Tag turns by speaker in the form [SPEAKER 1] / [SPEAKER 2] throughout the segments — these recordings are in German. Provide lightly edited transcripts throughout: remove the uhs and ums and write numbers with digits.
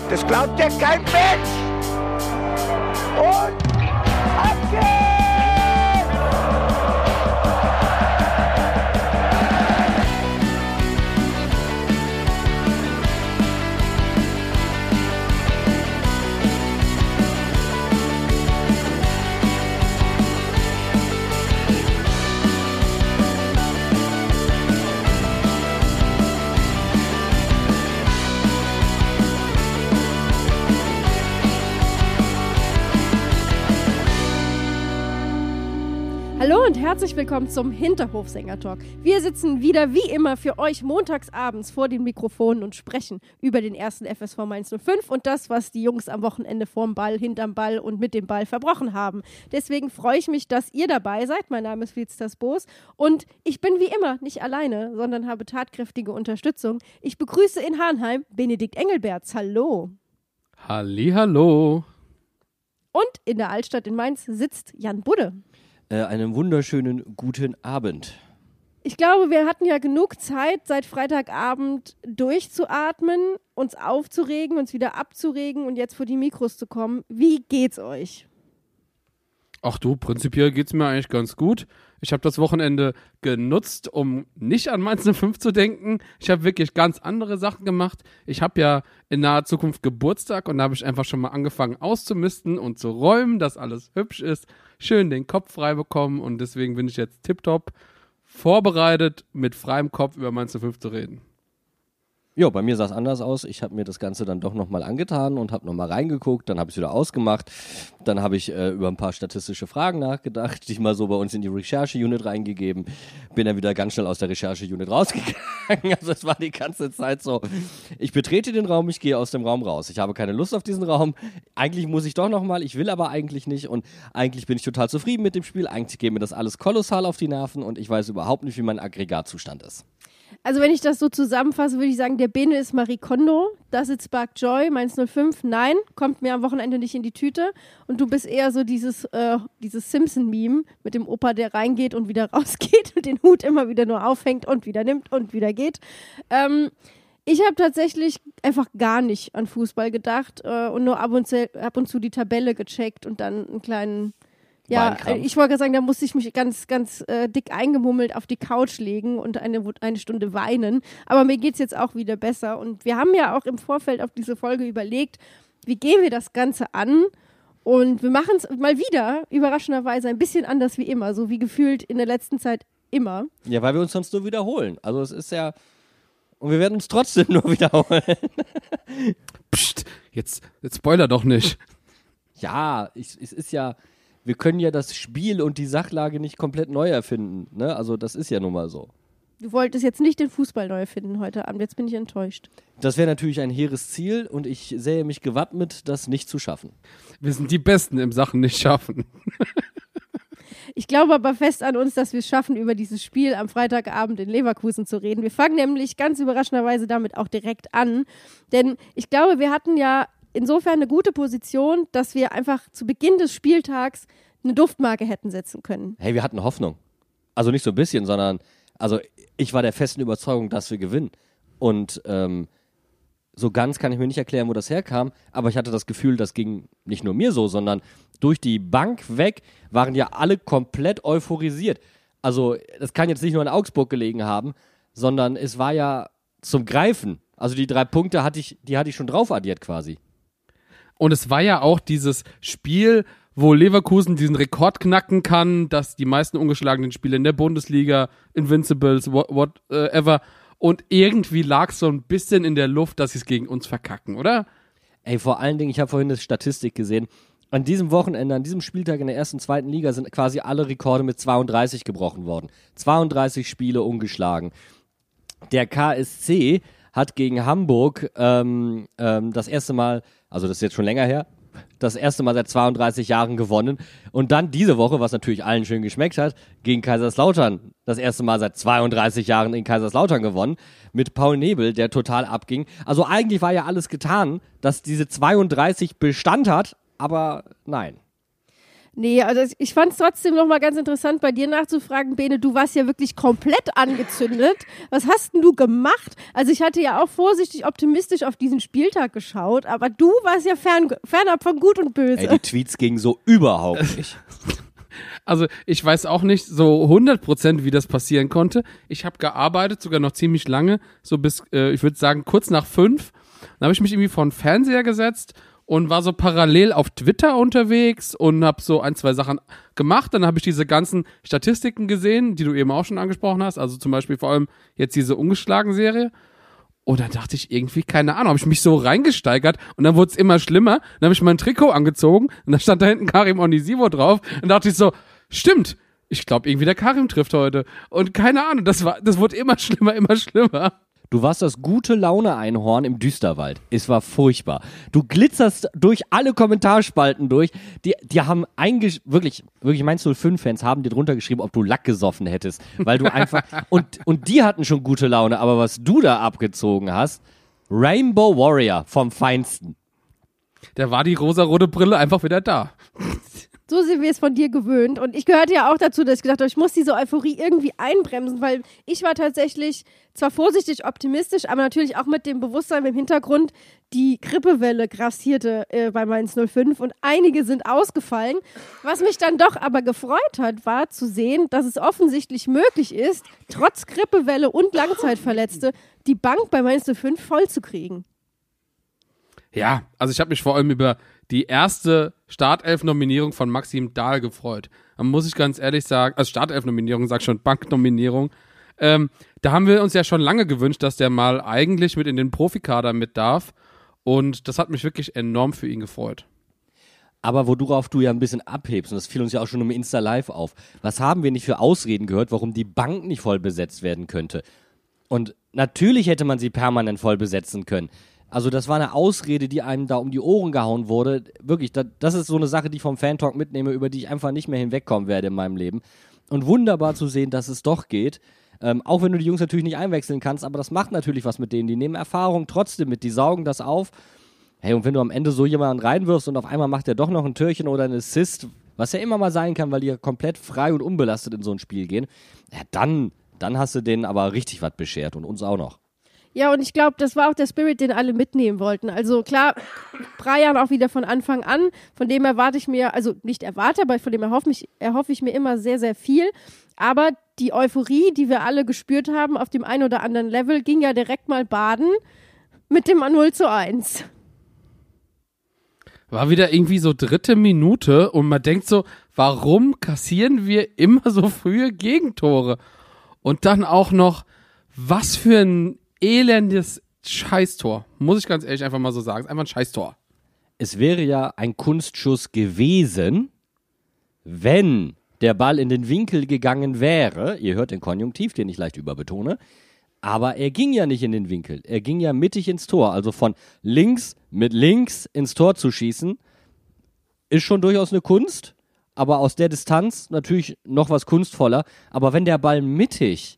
[SPEAKER 1] Das glaubt ja kein Mensch. Und ab geht's!
[SPEAKER 2] Hallo und herzlich willkommen zum Hinterhofsänger-Talk. Wir sitzen wieder wie immer für euch montagsabends vor den Mikrofonen und sprechen über den ersten FSV Mainz 05 und das, was die Jungs am Wochenende vorm Ball, hinterm Ball und mit dem Ball verbrochen haben. Deswegen freue ich mich, dass ihr dabei seid. Mein Name ist Felicitas Boos und ich bin wie immer nicht alleine, sondern habe tatkräftige Unterstützung. Ich begrüße in Harnheim Benedikt Engelberts. Hallo.
[SPEAKER 3] Hallihallo.
[SPEAKER 2] Und in der Altstadt in Mainz sitzt Jan Budde.
[SPEAKER 4] Einen wunderschönen guten Abend.
[SPEAKER 2] Ich glaube, wir hatten ja genug Zeit, seit Freitagabend durchzuatmen, uns aufzuregen, uns wieder abzuregen und jetzt vor die Mikros zu kommen. Wie geht's euch?
[SPEAKER 3] Ach du, prinzipiell geht's mir eigentlich ganz gut. Ich habe das Wochenende genutzt, um nicht an Mainz 05 zu denken. Ich habe wirklich ganz andere Sachen gemacht. Ich habe ja in naher Zukunft Geburtstag und da habe ich einfach schon mal angefangen auszumisten und zu räumen, dass alles hübsch ist. Schön den Kopf frei bekommen und deswegen bin ich jetzt tipptopp vorbereitet, mit freiem Kopf über Mainz 05 zu reden.
[SPEAKER 4] Ja, bei mir sah es anders aus. Ich habe mir das Ganze dann doch nochmal angetan und habe nochmal reingeguckt. Dann habe ich es wieder ausgemacht. Dann habe ich über ein paar statistische Fragen nachgedacht, die mal so bei uns in die Recherche-Unit reingegeben. Bin dann wieder ganz schnell aus der Recherche-Unit rausgegangen. Also es war die ganze Zeit so, ich betrete den Raum, ich gehe aus dem Raum raus. Ich habe keine Lust auf diesen Raum. Eigentlich muss ich doch nochmal, ich will aber eigentlich nicht. Und eigentlich bin ich total zufrieden mit dem Spiel. Eigentlich geht mir das alles kolossal auf die Nerven und ich weiß überhaupt nicht, wie mein Aggregatzustand ist.
[SPEAKER 2] Also wenn ich das so zusammenfasse, würde ich sagen, der Bene ist Marie Kondo, Does It Spark Joy, Mainz 05, nein, kommt mir am Wochenende nicht in die Tüte. Und du bist eher so dieses Simpson-Meme mit dem Opa, der reingeht und wieder rausgeht und den Hut immer wieder nur aufhängt und wieder nimmt und wieder geht. Ich habe tatsächlich einfach gar nicht an Fußball gedacht und nur ab und zu die Tabelle gecheckt und dann einen kleinen... Ja, ich wollte gerade sagen, da musste ich mich ganz dick eingemummelt auf die Couch legen und eine Stunde weinen. Aber mir geht es jetzt auch wieder besser. Und wir haben ja auch im Vorfeld auf diese Folge überlegt, wie gehen wir das Ganze an? Und wir machen es mal wieder, überraschenderweise, ein bisschen anders wie immer. So wie gefühlt in der letzten Zeit immer.
[SPEAKER 4] Ja, weil wir uns sonst nur wiederholen. Also es ist ja... Und wir werden uns trotzdem nur wiederholen.
[SPEAKER 3] Psst, jetzt spoiler doch nicht.
[SPEAKER 4] Ja, es ist ja... Wir können ja das Spiel und die Sachlage nicht komplett neu erfinden. Ne? Also das ist ja nun mal so.
[SPEAKER 2] Du wolltest jetzt nicht den Fußball neu erfinden heute Abend, jetzt bin ich enttäuscht.
[SPEAKER 4] Das wäre natürlich ein hehres Ziel und ich sähe mich gewappnet, das nicht zu schaffen.
[SPEAKER 3] Wir sind die Besten im Sachen nicht schaffen.
[SPEAKER 2] Ich glaube aber fest an uns, dass wir es schaffen, über dieses Spiel am Freitagabend in Leverkusen zu reden. Wir fangen nämlich ganz überraschenderweise damit auch direkt an. Denn ich glaube, wir hatten ja insofern eine gute Position, dass wir einfach zu Beginn des Spieltags eine Duftmarke hätten setzen können.
[SPEAKER 4] Hey, wir hatten Hoffnung. Also nicht so ein bisschen, sondern also ich war der festen Überzeugung, dass wir gewinnen. Und so ganz kann ich mir nicht erklären, wo das herkam, aber ich hatte das Gefühl, das ging nicht nur mir so, sondern durch die Bank weg waren ja alle komplett euphorisiert. Also das kann jetzt nicht nur in Augsburg gelegen haben, sondern es war ja zum Greifen. Also die 3 Punkte hatte ich schon drauf addiert quasi.
[SPEAKER 3] Und es war ja auch dieses Spiel, wo Leverkusen diesen Rekord knacken kann, dass die meisten ungeschlagenen Spiele in der Bundesliga, Invincibles, whatever. Und irgendwie lag es so ein bisschen in der Luft, dass sie es gegen uns verkacken, oder?
[SPEAKER 4] Ey, vor allen Dingen, ich habe vorhin eine Statistik gesehen. An diesem Wochenende, an diesem Spieltag in der ersten, zweiten Liga sind quasi alle Rekorde mit 32 gebrochen worden. 32 Spiele ungeschlagen. Der KSC hat gegen Hamburg das erste Mal, also das ist jetzt schon länger her, das erste Mal seit 32 Jahren gewonnen. Und dann diese Woche, was natürlich allen schön geschmeckt hat, gegen Kaiserslautern das erste Mal seit 32 Jahren in Kaiserslautern gewonnen. Mit Paul Nebel, der total abging. Also eigentlich war ja alles getan, dass diese 32 Bestand hat, aber nein.
[SPEAKER 2] Nee, also ich fand es trotzdem nochmal ganz interessant, bei dir nachzufragen, Bene, du warst ja wirklich komplett angezündet. Was hast denn du gemacht? Also ich hatte ja auch vorsichtig optimistisch auf diesen Spieltag geschaut, aber du warst ja fernab von Gut und Böse.
[SPEAKER 4] Ey, die Tweets gingen so überhaupt nicht.
[SPEAKER 3] Also ich weiß auch nicht so 100%, wie das passieren konnte. Ich habe gearbeitet, sogar noch ziemlich lange, so bis, ich würde sagen, kurz nach 5. Dann habe ich mich irgendwie vor den Fernseher gesetzt und war so parallel auf Twitter unterwegs und habe so 1, 2 Sachen gemacht. Dann habe ich diese ganzen Statistiken gesehen, die du eben auch schon angesprochen hast. Also zum Beispiel vor allem jetzt diese Ungeschlagen-Serie. Und dann dachte ich irgendwie, keine Ahnung, habe ich mich so reingesteigert und dann wurde es immer schlimmer. Dann habe ich mein Trikot angezogen und da stand da hinten Karim Onisivo drauf. Und dachte ich so, stimmt, ich glaube irgendwie der Karim trifft heute. Und keine Ahnung, das wurde immer schlimmer, immer schlimmer.
[SPEAKER 4] Du warst das gute Laune-Einhorn im Düsterwald. Es war furchtbar. Du glitzerst durch alle Kommentarspalten durch. Die haben wirklich Mainz 05-Fans haben dir drunter geschrieben, ob du Lack gesoffen hättest. Weil du einfach, und die hatten schon gute Laune, aber was du da abgezogen hast, Rainbow Warrior vom Feinsten.
[SPEAKER 3] Da war die rosarote Brille einfach wieder da.
[SPEAKER 2] So sind wir es von dir gewöhnt. Und ich gehörte ja auch dazu, dass ich gedacht habe, ich muss diese Euphorie irgendwie einbremsen, weil ich war tatsächlich zwar vorsichtig optimistisch, aber natürlich auch mit dem Bewusstsein im Hintergrund, die Grippewelle grassierte bei Mainz 05 und einige sind ausgefallen. Was mich dann doch aber gefreut hat, war zu sehen, dass es offensichtlich möglich ist, trotz Grippewelle und Langzeitverletzte die Bank bei Mainz 05 voll zu kriegen.
[SPEAKER 3] Ja, also ich habe mich vor allem über die erste Startelf-Nominierung von Maxim Dahl gefreut. Da muss ich ganz ehrlich sagen, also Startelf-Nominierung, sag schon, Banknominierung. Da haben wir uns ja schon lange gewünscht, dass der mal eigentlich mit in den Profikader mit darf. Und das hat mich wirklich enorm für ihn gefreut.
[SPEAKER 4] Aber worauf du ja ein bisschen abhebst, und das fiel uns ja auch schon im Insta-Live auf, was haben wir nicht für Ausreden gehört, warum die Bank nicht voll besetzt werden könnte? Und natürlich hätte man sie permanent voll besetzen können. Also das war eine Ausrede, die einem da um die Ohren gehauen wurde. Wirklich, das ist so eine Sache, die ich vom Fan-Talk mitnehme, über die ich einfach nicht mehr hinwegkommen werde in meinem Leben. Und wunderbar zu sehen, dass es doch geht. Auch wenn du die Jungs natürlich nicht einwechseln kannst, aber das macht natürlich was mit denen. Die nehmen Erfahrung trotzdem mit, die saugen das auf. Hey, und wenn du am Ende so jemanden reinwirfst und auf einmal macht der doch noch ein Türchen oder ein Assist, was ja immer mal sein kann, weil die ja komplett frei und unbelastet in so ein Spiel gehen, ja, dann hast du denen aber richtig was beschert und uns auch noch.
[SPEAKER 2] Ja, und ich glaube, das war auch der Spirit, den alle mitnehmen wollten. Also klar, Brian auch wieder von Anfang an, von dem erwarte ich mir, also nicht erwarte, aber von dem erhoffe ich mir immer sehr, sehr viel. Aber die Euphorie, die wir alle gespürt haben auf dem einen oder anderen Level, ging ja direkt mal baden mit dem 0:1.
[SPEAKER 3] War wieder irgendwie so 3. Minute und man denkt so, warum kassieren wir immer so frühe Gegentore? Und dann auch noch, was für ein elendes Scheißtor. Muss ich ganz ehrlich einfach mal so sagen. Es ist einfach ein Scheißtor.
[SPEAKER 4] Es wäre ja ein Kunstschuss gewesen, wenn der Ball in den Winkel gegangen wäre. Ihr hört den Konjunktiv, den ich leicht überbetone. Aber er ging ja nicht in den Winkel. Er ging ja mittig ins Tor. Also von links mit links ins Tor zu schießen, ist schon durchaus eine Kunst. Aber aus der Distanz natürlich noch was kunstvoller. Aber wenn der Ball mittig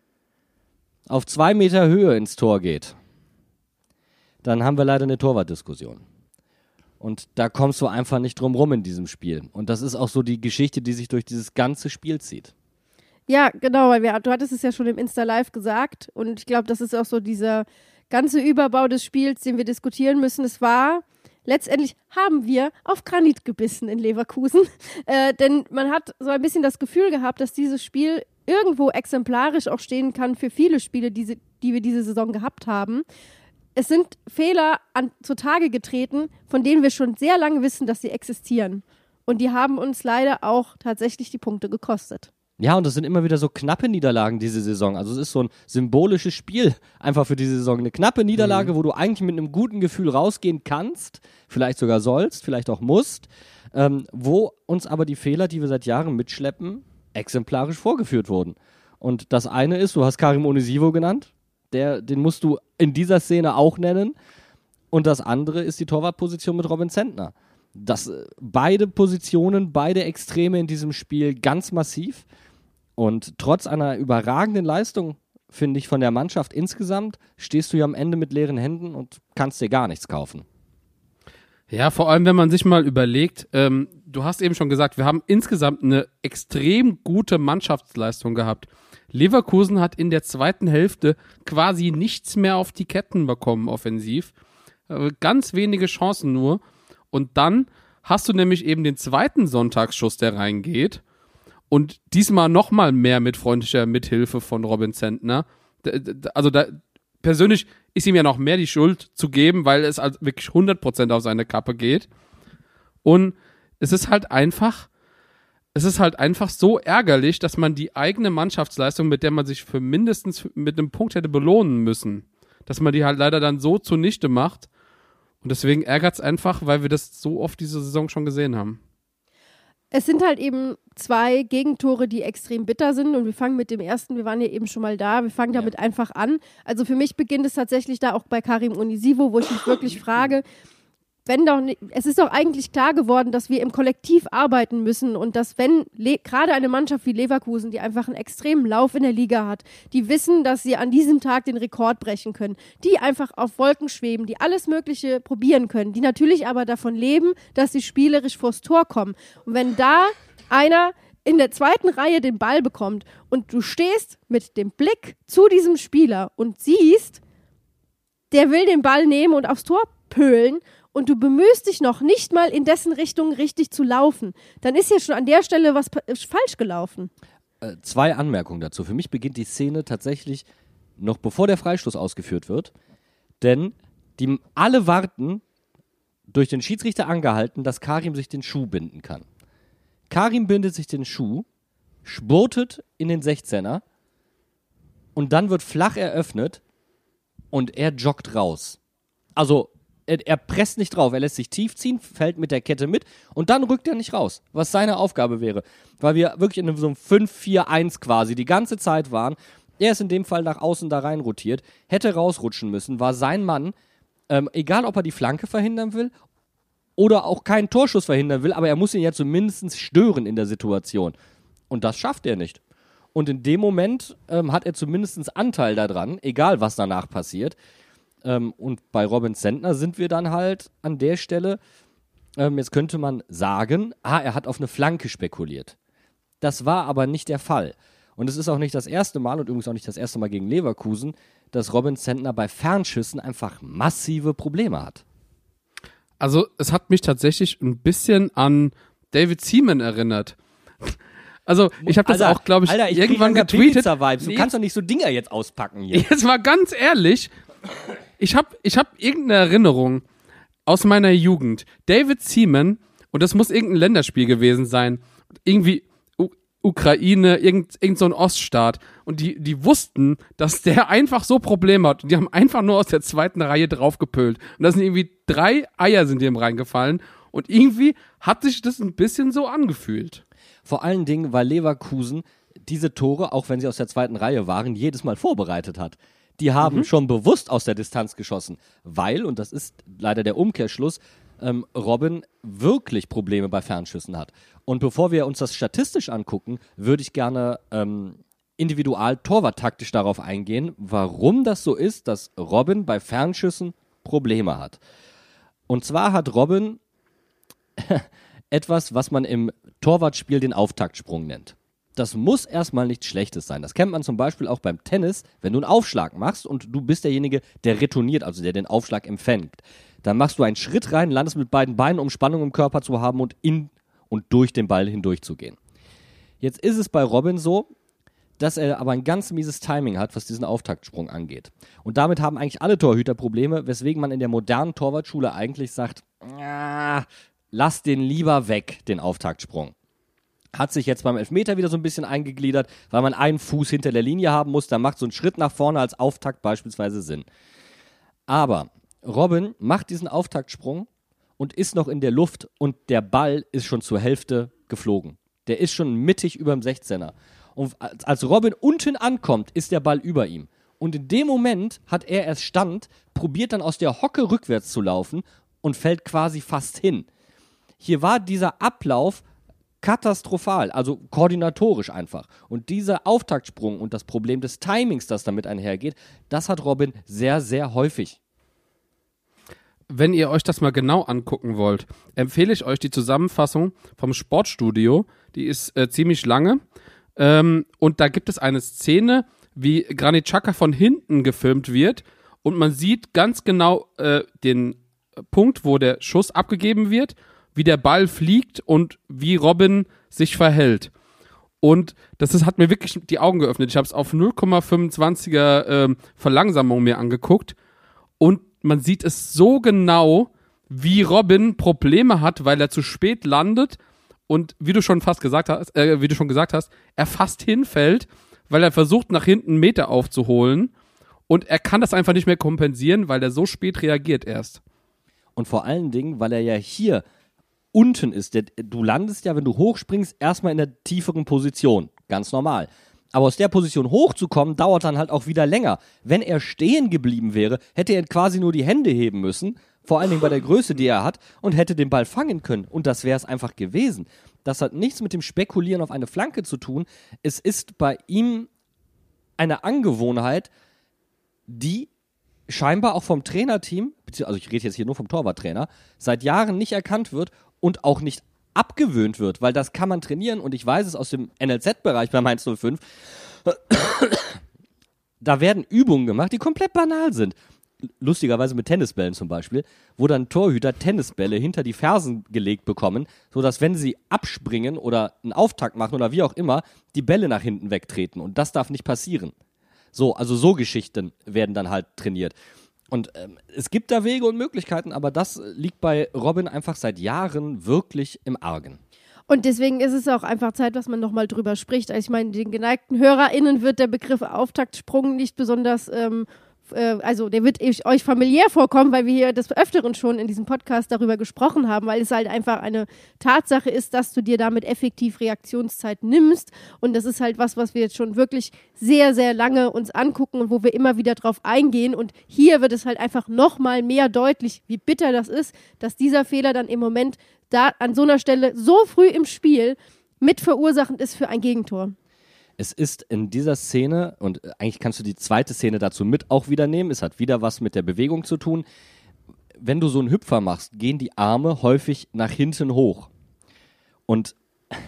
[SPEAKER 4] auf 2 Meter Höhe ins Tor geht, dann haben wir leider eine Torwartdiskussion. Und da kommst du einfach nicht drum rum in diesem Spiel. Und das ist auch so die Geschichte, die sich durch dieses ganze Spiel zieht.
[SPEAKER 2] Ja, genau, weil du hattest es ja schon im Insta-Live gesagt und ich glaube, das ist auch so dieser ganze Überbau des Spiels, den wir diskutieren müssen. Es war, letztendlich haben wir auf Granit gebissen in Leverkusen, denn man hat so ein bisschen das Gefühl gehabt, dass dieses Spiel irgendwo exemplarisch auch stehen kann für viele Spiele, die wir diese Saison gehabt haben. Es sind Fehler zutage getreten, von denen wir schon sehr lange wissen, dass sie existieren. Und die haben uns leider auch tatsächlich die Punkte gekostet.
[SPEAKER 4] Ja, und das sind immer wieder so knappe Niederlagen diese Saison. Also es ist so ein symbolisches Spiel einfach für diese Saison. Eine knappe Niederlage, wo du eigentlich mit einem guten Gefühl rausgehen kannst, vielleicht sogar sollst, vielleicht auch musst, wo uns aber die Fehler, die wir seit Jahren mitschleppen, exemplarisch vorgeführt wurden. Und das eine ist, du hast Karim Onisivo genannt, den musst du in dieser Szene auch nennen. Und das andere ist die Torwartposition mit Robin Zentner. Beide Positionen, beide Extreme in diesem Spiel ganz massiv. Und trotz einer überragenden Leistung, finde ich, von der Mannschaft insgesamt, stehst du ja am Ende mit leeren Händen und kannst dir gar nichts kaufen.
[SPEAKER 3] Ja, vor allem, wenn man sich mal überlegt, du du hast eben schon gesagt, wir haben insgesamt eine extrem gute Mannschaftsleistung gehabt. Leverkusen hat in der zweiten Hälfte quasi nichts mehr auf die Ketten bekommen, offensiv. Ganz wenige Chancen nur. Und dann hast du nämlich eben den zweiten Sonntagsschuss, der reingeht. Und diesmal nochmal mehr mit freundlicher Mithilfe von Robin Zentner. Also da persönlich ist ihm ja noch mehr die Schuld zu geben, weil es also wirklich 100% auf seine Kappe geht. Und es ist halt einfach so ärgerlich, dass man die eigene Mannschaftsleistung, mit der man sich für mindestens mit einem Punkt hätte belohnen müssen, dass man die halt leider dann so zunichte macht. Und deswegen ärgert es einfach, weil wir das so oft diese Saison schon gesehen haben.
[SPEAKER 2] Es sind halt eben 2 Gegentore, die extrem bitter sind und wir fangen mit dem ersten, wir waren ja eben schon mal da, wir fangen damit einfach an. Also für mich beginnt es tatsächlich da auch bei Karim Onisivo, wo ich mich wirklich frage, es ist doch eigentlich klar geworden, dass wir im Kollektiv arbeiten müssen und dass wenn gerade eine Mannschaft wie Leverkusen, die einfach einen extremen Lauf in der Liga hat, die wissen, dass sie an diesem Tag den Rekord brechen können, die einfach auf Wolken schweben, die alles Mögliche probieren können, die natürlich aber davon leben, dass sie spielerisch vors Tor kommen. Und wenn da einer in der zweiten Reihe den Ball bekommt und du stehst mit dem Blick zu diesem Spieler und siehst, der will den Ball nehmen und aufs Tor pölen, und du bemühst dich noch nicht mal in dessen Richtung richtig zu laufen, dann ist ja schon an der Stelle was falsch gelaufen.
[SPEAKER 4] 2 Anmerkungen dazu. Für mich beginnt die Szene tatsächlich noch bevor der Freistoß ausgeführt wird, denn alle warten, durch den Schiedsrichter angehalten, dass Karim sich den Schuh binden kann. Karim bindet sich den Schuh, spurtet in den 16er und dann wird flach eröffnet und er joggt raus. Also er presst nicht drauf, er lässt sich tief ziehen, fällt mit der Kette mit und dann rückt er nicht raus, was seine Aufgabe wäre. Weil wir wirklich in so einem 5-4-1 quasi die ganze Zeit waren. Er ist in dem Fall nach außen da rein rotiert, hätte rausrutschen müssen, war sein Mann, egal ob er die Flanke verhindern will oder auch keinen Torschuss verhindern will, aber er muss ihn ja zumindest stören in der Situation. Und das schafft er nicht. Und in dem Moment hat er zumindest Anteil daran, egal was danach passiert. Und bei Robin Zentner sind wir dann halt an der Stelle, jetzt könnte man sagen, er hat auf eine Flanke spekuliert. Das war aber nicht der Fall. Und es ist auch nicht das erste Mal und übrigens auch nicht das erste Mal gegen Leverkusen, dass Robin Zentner bei Fernschüssen einfach massive Probleme hat.
[SPEAKER 3] Also es hat mich tatsächlich ein bisschen an David Seaman erinnert. Also ich habe das auch, glaube ich,
[SPEAKER 4] Alter,
[SPEAKER 3] irgendwann getweetet.
[SPEAKER 4] Du kannst doch nicht so Dinger jetzt auspacken hier.
[SPEAKER 3] Jetzt mal ganz ehrlich, ich hab irgendeine Erinnerung aus meiner Jugend. David Seaman, und das muss irgendein Länderspiel gewesen sein, irgendwie Ukraine, irgend so ein Oststaat. Und die wussten, dass der einfach so Probleme hat. Und die haben einfach nur aus der zweiten Reihe draufgepölt. Und da sind irgendwie 3 Eier sind ihm reingefallen. Und irgendwie hat sich das ein bisschen so angefühlt.
[SPEAKER 4] Vor allen Dingen, weil Leverkusen diese Tore, auch wenn sie aus der zweiten Reihe waren, jedes Mal vorbereitet hat. Die haben schon bewusst aus der Distanz geschossen, weil, und das ist leider der Umkehrschluss, Robin wirklich Probleme bei Fernschüssen hat. Und bevor wir uns das statistisch angucken, würde ich gerne individual torwarttaktisch darauf eingehen, warum das so ist, dass Robin bei Fernschüssen Probleme hat. Und zwar hat Robin etwas, was man im Torwartspiel den Auftaktsprung nennt. Das muss erstmal nichts Schlechtes sein. Das kennt man zum Beispiel auch beim Tennis, wenn du einen Aufschlag machst und du bist derjenige, der retourniert, also der den Aufschlag empfängt. Dann machst du einen Schritt rein, landest mit beiden Beinen, um Spannung im Körper zu haben und in und durch den Ball hindurch zu gehen. Jetzt ist es bei Robin so, dass er aber ein ganz mieses Timing hat, was diesen Auftaktsprung angeht. Und damit haben eigentlich alle Torhüter Probleme, weswegen man in der modernen Torwartschule eigentlich sagt, lass den lieber weg, den Auftaktsprung. Hat sich jetzt beim Elfmeter wieder so ein bisschen eingegliedert, weil man einen Fuß hinter der Linie haben muss, dann macht so ein Schritt nach vorne als Auftakt beispielsweise Sinn. Aber Robin macht diesen Auftaktsprung und ist noch in der Luft und der Ball ist schon zur Hälfte geflogen. Der ist schon mittig über dem 16er. Und als Robin unten ankommt, ist der Ball über ihm. Und in dem Moment hat er erst Stand, probiert dann aus der Hocke rückwärts zu laufen und fällt quasi fast hin. Hier war dieser Ablauf katastrophal, also koordinatorisch einfach. Und dieser Auftaktsprung und das Problem des Timings, das damit einhergeht, das hat Robin sehr, sehr häufig.
[SPEAKER 3] wenn ihr euch das mal genau angucken wollt, empfehle ich euch die Zusammenfassung vom Sportstudio. Die ist ziemlich lange. Und da gibt es eine Szene, wie Granit Xhaka von hinten gefilmt wird. Und man sieht ganz genau den Punkt, wo der Schuss abgegeben wird, wie der Ball fliegt und wie Robin sich verhält. Und hat mir wirklich die Augen geöffnet. Ich habe es auf 0,25er Verlangsamung mir angeguckt. Und man sieht es so genau, wie Robin Probleme hat, weil er zu spät landet und wie du schon gesagt hast, er fast hinfällt, weil er versucht, nach hinten einen Meter aufzuholen und er kann das einfach nicht mehr kompensieren, weil er so spät reagiert erst.
[SPEAKER 4] Und vor allen Dingen, weil er ja hier unten ist. Du landest ja, wenn du hochspringst, erstmal in der tieferen Position. Ganz normal. Aber aus der Position hochzukommen, dauert dann halt auch wieder länger. Wenn er stehen geblieben wäre, hätte er quasi nur die Hände heben müssen, vor allen Dingen bei der Größe, die er hat, und hätte den Ball fangen können. Und das wäre es einfach gewesen. Das hat nichts mit dem Spekulieren auf eine Flanke zu tun. Es ist bei ihm eine Angewohnheit, die scheinbar auch vom Trainerteam, also ich rede jetzt hier nur vom Torwarttrainer, seit Jahren nicht erkannt wird und auch nicht abgewöhnt wird, weil das kann man trainieren und ich weiß es aus dem NLZ-Bereich beim 105. Da werden Übungen gemacht, die komplett banal sind. Lustigerweise mit Tennisbällen zum Beispiel, wo dann Torhüter Tennisbälle hinter die Fersen gelegt bekommen, sodass, wenn sie abspringen oder einen Auftakt machen oder wie auch immer, die Bälle nach hinten wegtreten und das darf nicht passieren. So Geschichten werden dann halt trainiert. Und es gibt da Wege und Möglichkeiten, aber das liegt bei Robin einfach seit Jahren wirklich im Argen.
[SPEAKER 2] Und deswegen ist es auch einfach Zeit, dass man nochmal drüber spricht. Also ich meine, den geneigten HörerInnen wird der Begriff Auftaktsprung nicht besonders, also der wird euch familiär vorkommen, weil wir hier des Öfteren schon in diesem Podcast darüber gesprochen haben, weil es halt einfach eine Tatsache ist, dass du dir damit effektiv Reaktionszeit nimmst. Und das ist halt was wir jetzt schon wirklich sehr, sehr lange uns angucken und wo wir immer wieder drauf eingehen. Und hier wird es halt einfach nochmal mehr deutlich, wie bitter das ist, dass dieser Fehler dann im Moment da an so einer Stelle so früh im Spiel mit verursachend ist für ein Gegentor.
[SPEAKER 4] Es ist in dieser Szene, und eigentlich kannst du die zweite Szene dazu mit auch wieder nehmen, es hat wieder was mit der Bewegung zu tun. Wenn du so einen Hüpfer machst, gehen die Arme häufig nach hinten hoch. Und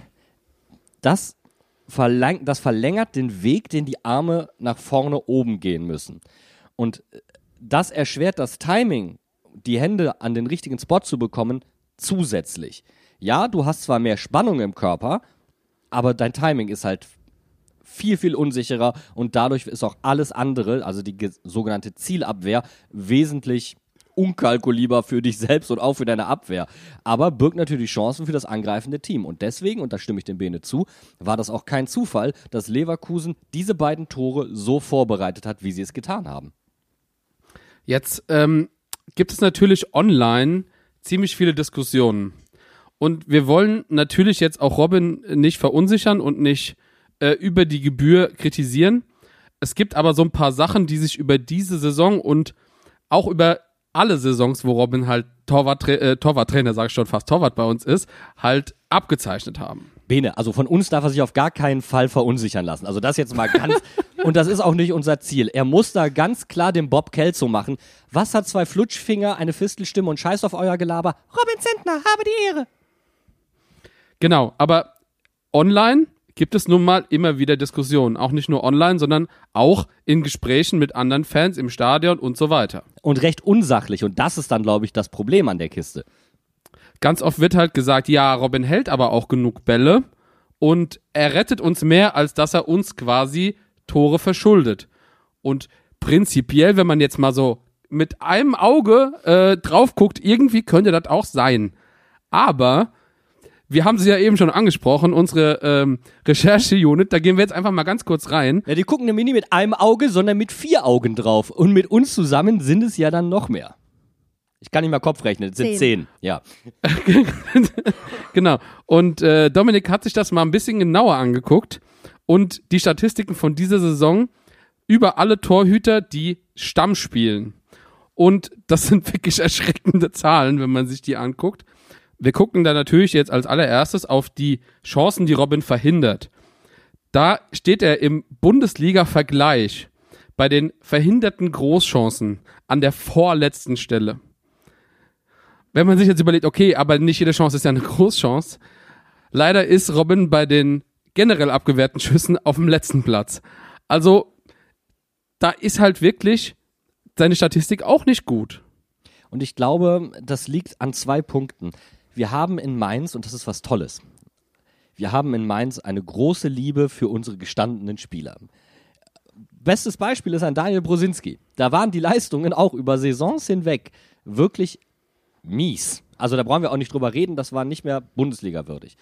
[SPEAKER 4] das verlängert den Weg, den die Arme nach vorne oben gehen müssen. Und das erschwert das Timing, die Hände an den richtigen Spot zu bekommen, zusätzlich. Ja, du hast zwar mehr Spannung im Körper, aber dein Timing ist halt viel, viel unsicherer und dadurch ist auch alles andere, also die sogenannte Zielabwehr, wesentlich unkalkulierbar für dich selbst und auch für deine Abwehr. Aber birgt natürlich Chancen für das angreifende Team. Und deswegen, und da stimme ich dem Bene zu, war das auch kein Zufall, dass Leverkusen diese beiden Tore so vorbereitet hat, wie sie es getan haben.
[SPEAKER 3] Jetzt gibt es natürlich online ziemlich viele Diskussionen. Und wir wollen natürlich jetzt auch Robin nicht verunsichern und nicht über die Gebühr kritisieren. Es gibt aber so ein paar Sachen, die sich über diese Saison und auch über alle Saisons, wo Robin halt Torwarttrainer, sage ich schon fast, Torwart bei uns ist, halt abgezeichnet haben.
[SPEAKER 4] Bene, also von uns darf er sich auf gar keinen Fall verunsichern lassen. Also das jetzt mal ganz, und das ist auch nicht unser Ziel. Er muss da ganz klar den Bob Kelso machen. Was hat 2 Flutschfinger, eine Fistelstimme und Scheiß auf euer Gelaber? Robin Zentner, habe die Ehre.
[SPEAKER 3] Genau, aber online gibt es nun mal immer wieder Diskussionen. Auch nicht nur online, sondern auch in Gesprächen mit anderen Fans im Stadion und so weiter.
[SPEAKER 4] Und recht unsachlich. Und das ist dann, glaube ich, das Problem an der Kiste.
[SPEAKER 3] Ganz oft wird halt gesagt, ja, Robin hält aber auch genug Bälle und er rettet uns mehr, als dass er uns quasi Tore verschuldet. Und prinzipiell, wenn man jetzt mal so mit einem Auge drauf guckt, irgendwie könnte das auch sein. Aber wir haben sie ja eben schon angesprochen, unsere Recherche-Unit, da gehen wir jetzt einfach mal ganz kurz rein.
[SPEAKER 4] Ja, die gucken nämlich nicht mit einem Auge, sondern mit 4 Augen drauf. Und mit uns zusammen sind es ja dann noch mehr. Ich kann nicht mal Kopf rechnen, es sind 10. Ja.
[SPEAKER 3] Genau. Und Dominik hat sich das mal ein bisschen genauer angeguckt und die Statistiken von dieser Saison über alle Torhüter, die Stamm spielen. Und das sind wirklich erschreckende Zahlen, wenn man sich die anguckt. Wir gucken da natürlich jetzt als allererstes auf die Chancen, die Robin verhindert. Da steht er im Bundesliga-Vergleich bei den verhinderten Großchancen an der vorletzten Stelle. wenn man sich jetzt überlegt, okay, aber nicht jede Chance ist ja eine Großchance. Leider ist Robin bei den generell abgewehrten Schüssen auf dem letzten Platz. Also, da ist halt wirklich seine Statistik auch nicht gut.
[SPEAKER 4] Und ich glaube, das liegt an 2 Punkten. Wir haben in Mainz, und das ist was Tolles, wir haben in Mainz eine große Liebe für unsere gestandenen Spieler. Bestes Beispiel ist ein Daniel Brosinski. Da waren die Leistungen auch über Saisons hinweg wirklich mies. Also da brauchen wir auch nicht drüber reden, das war nicht mehr Bundesliga-würdig.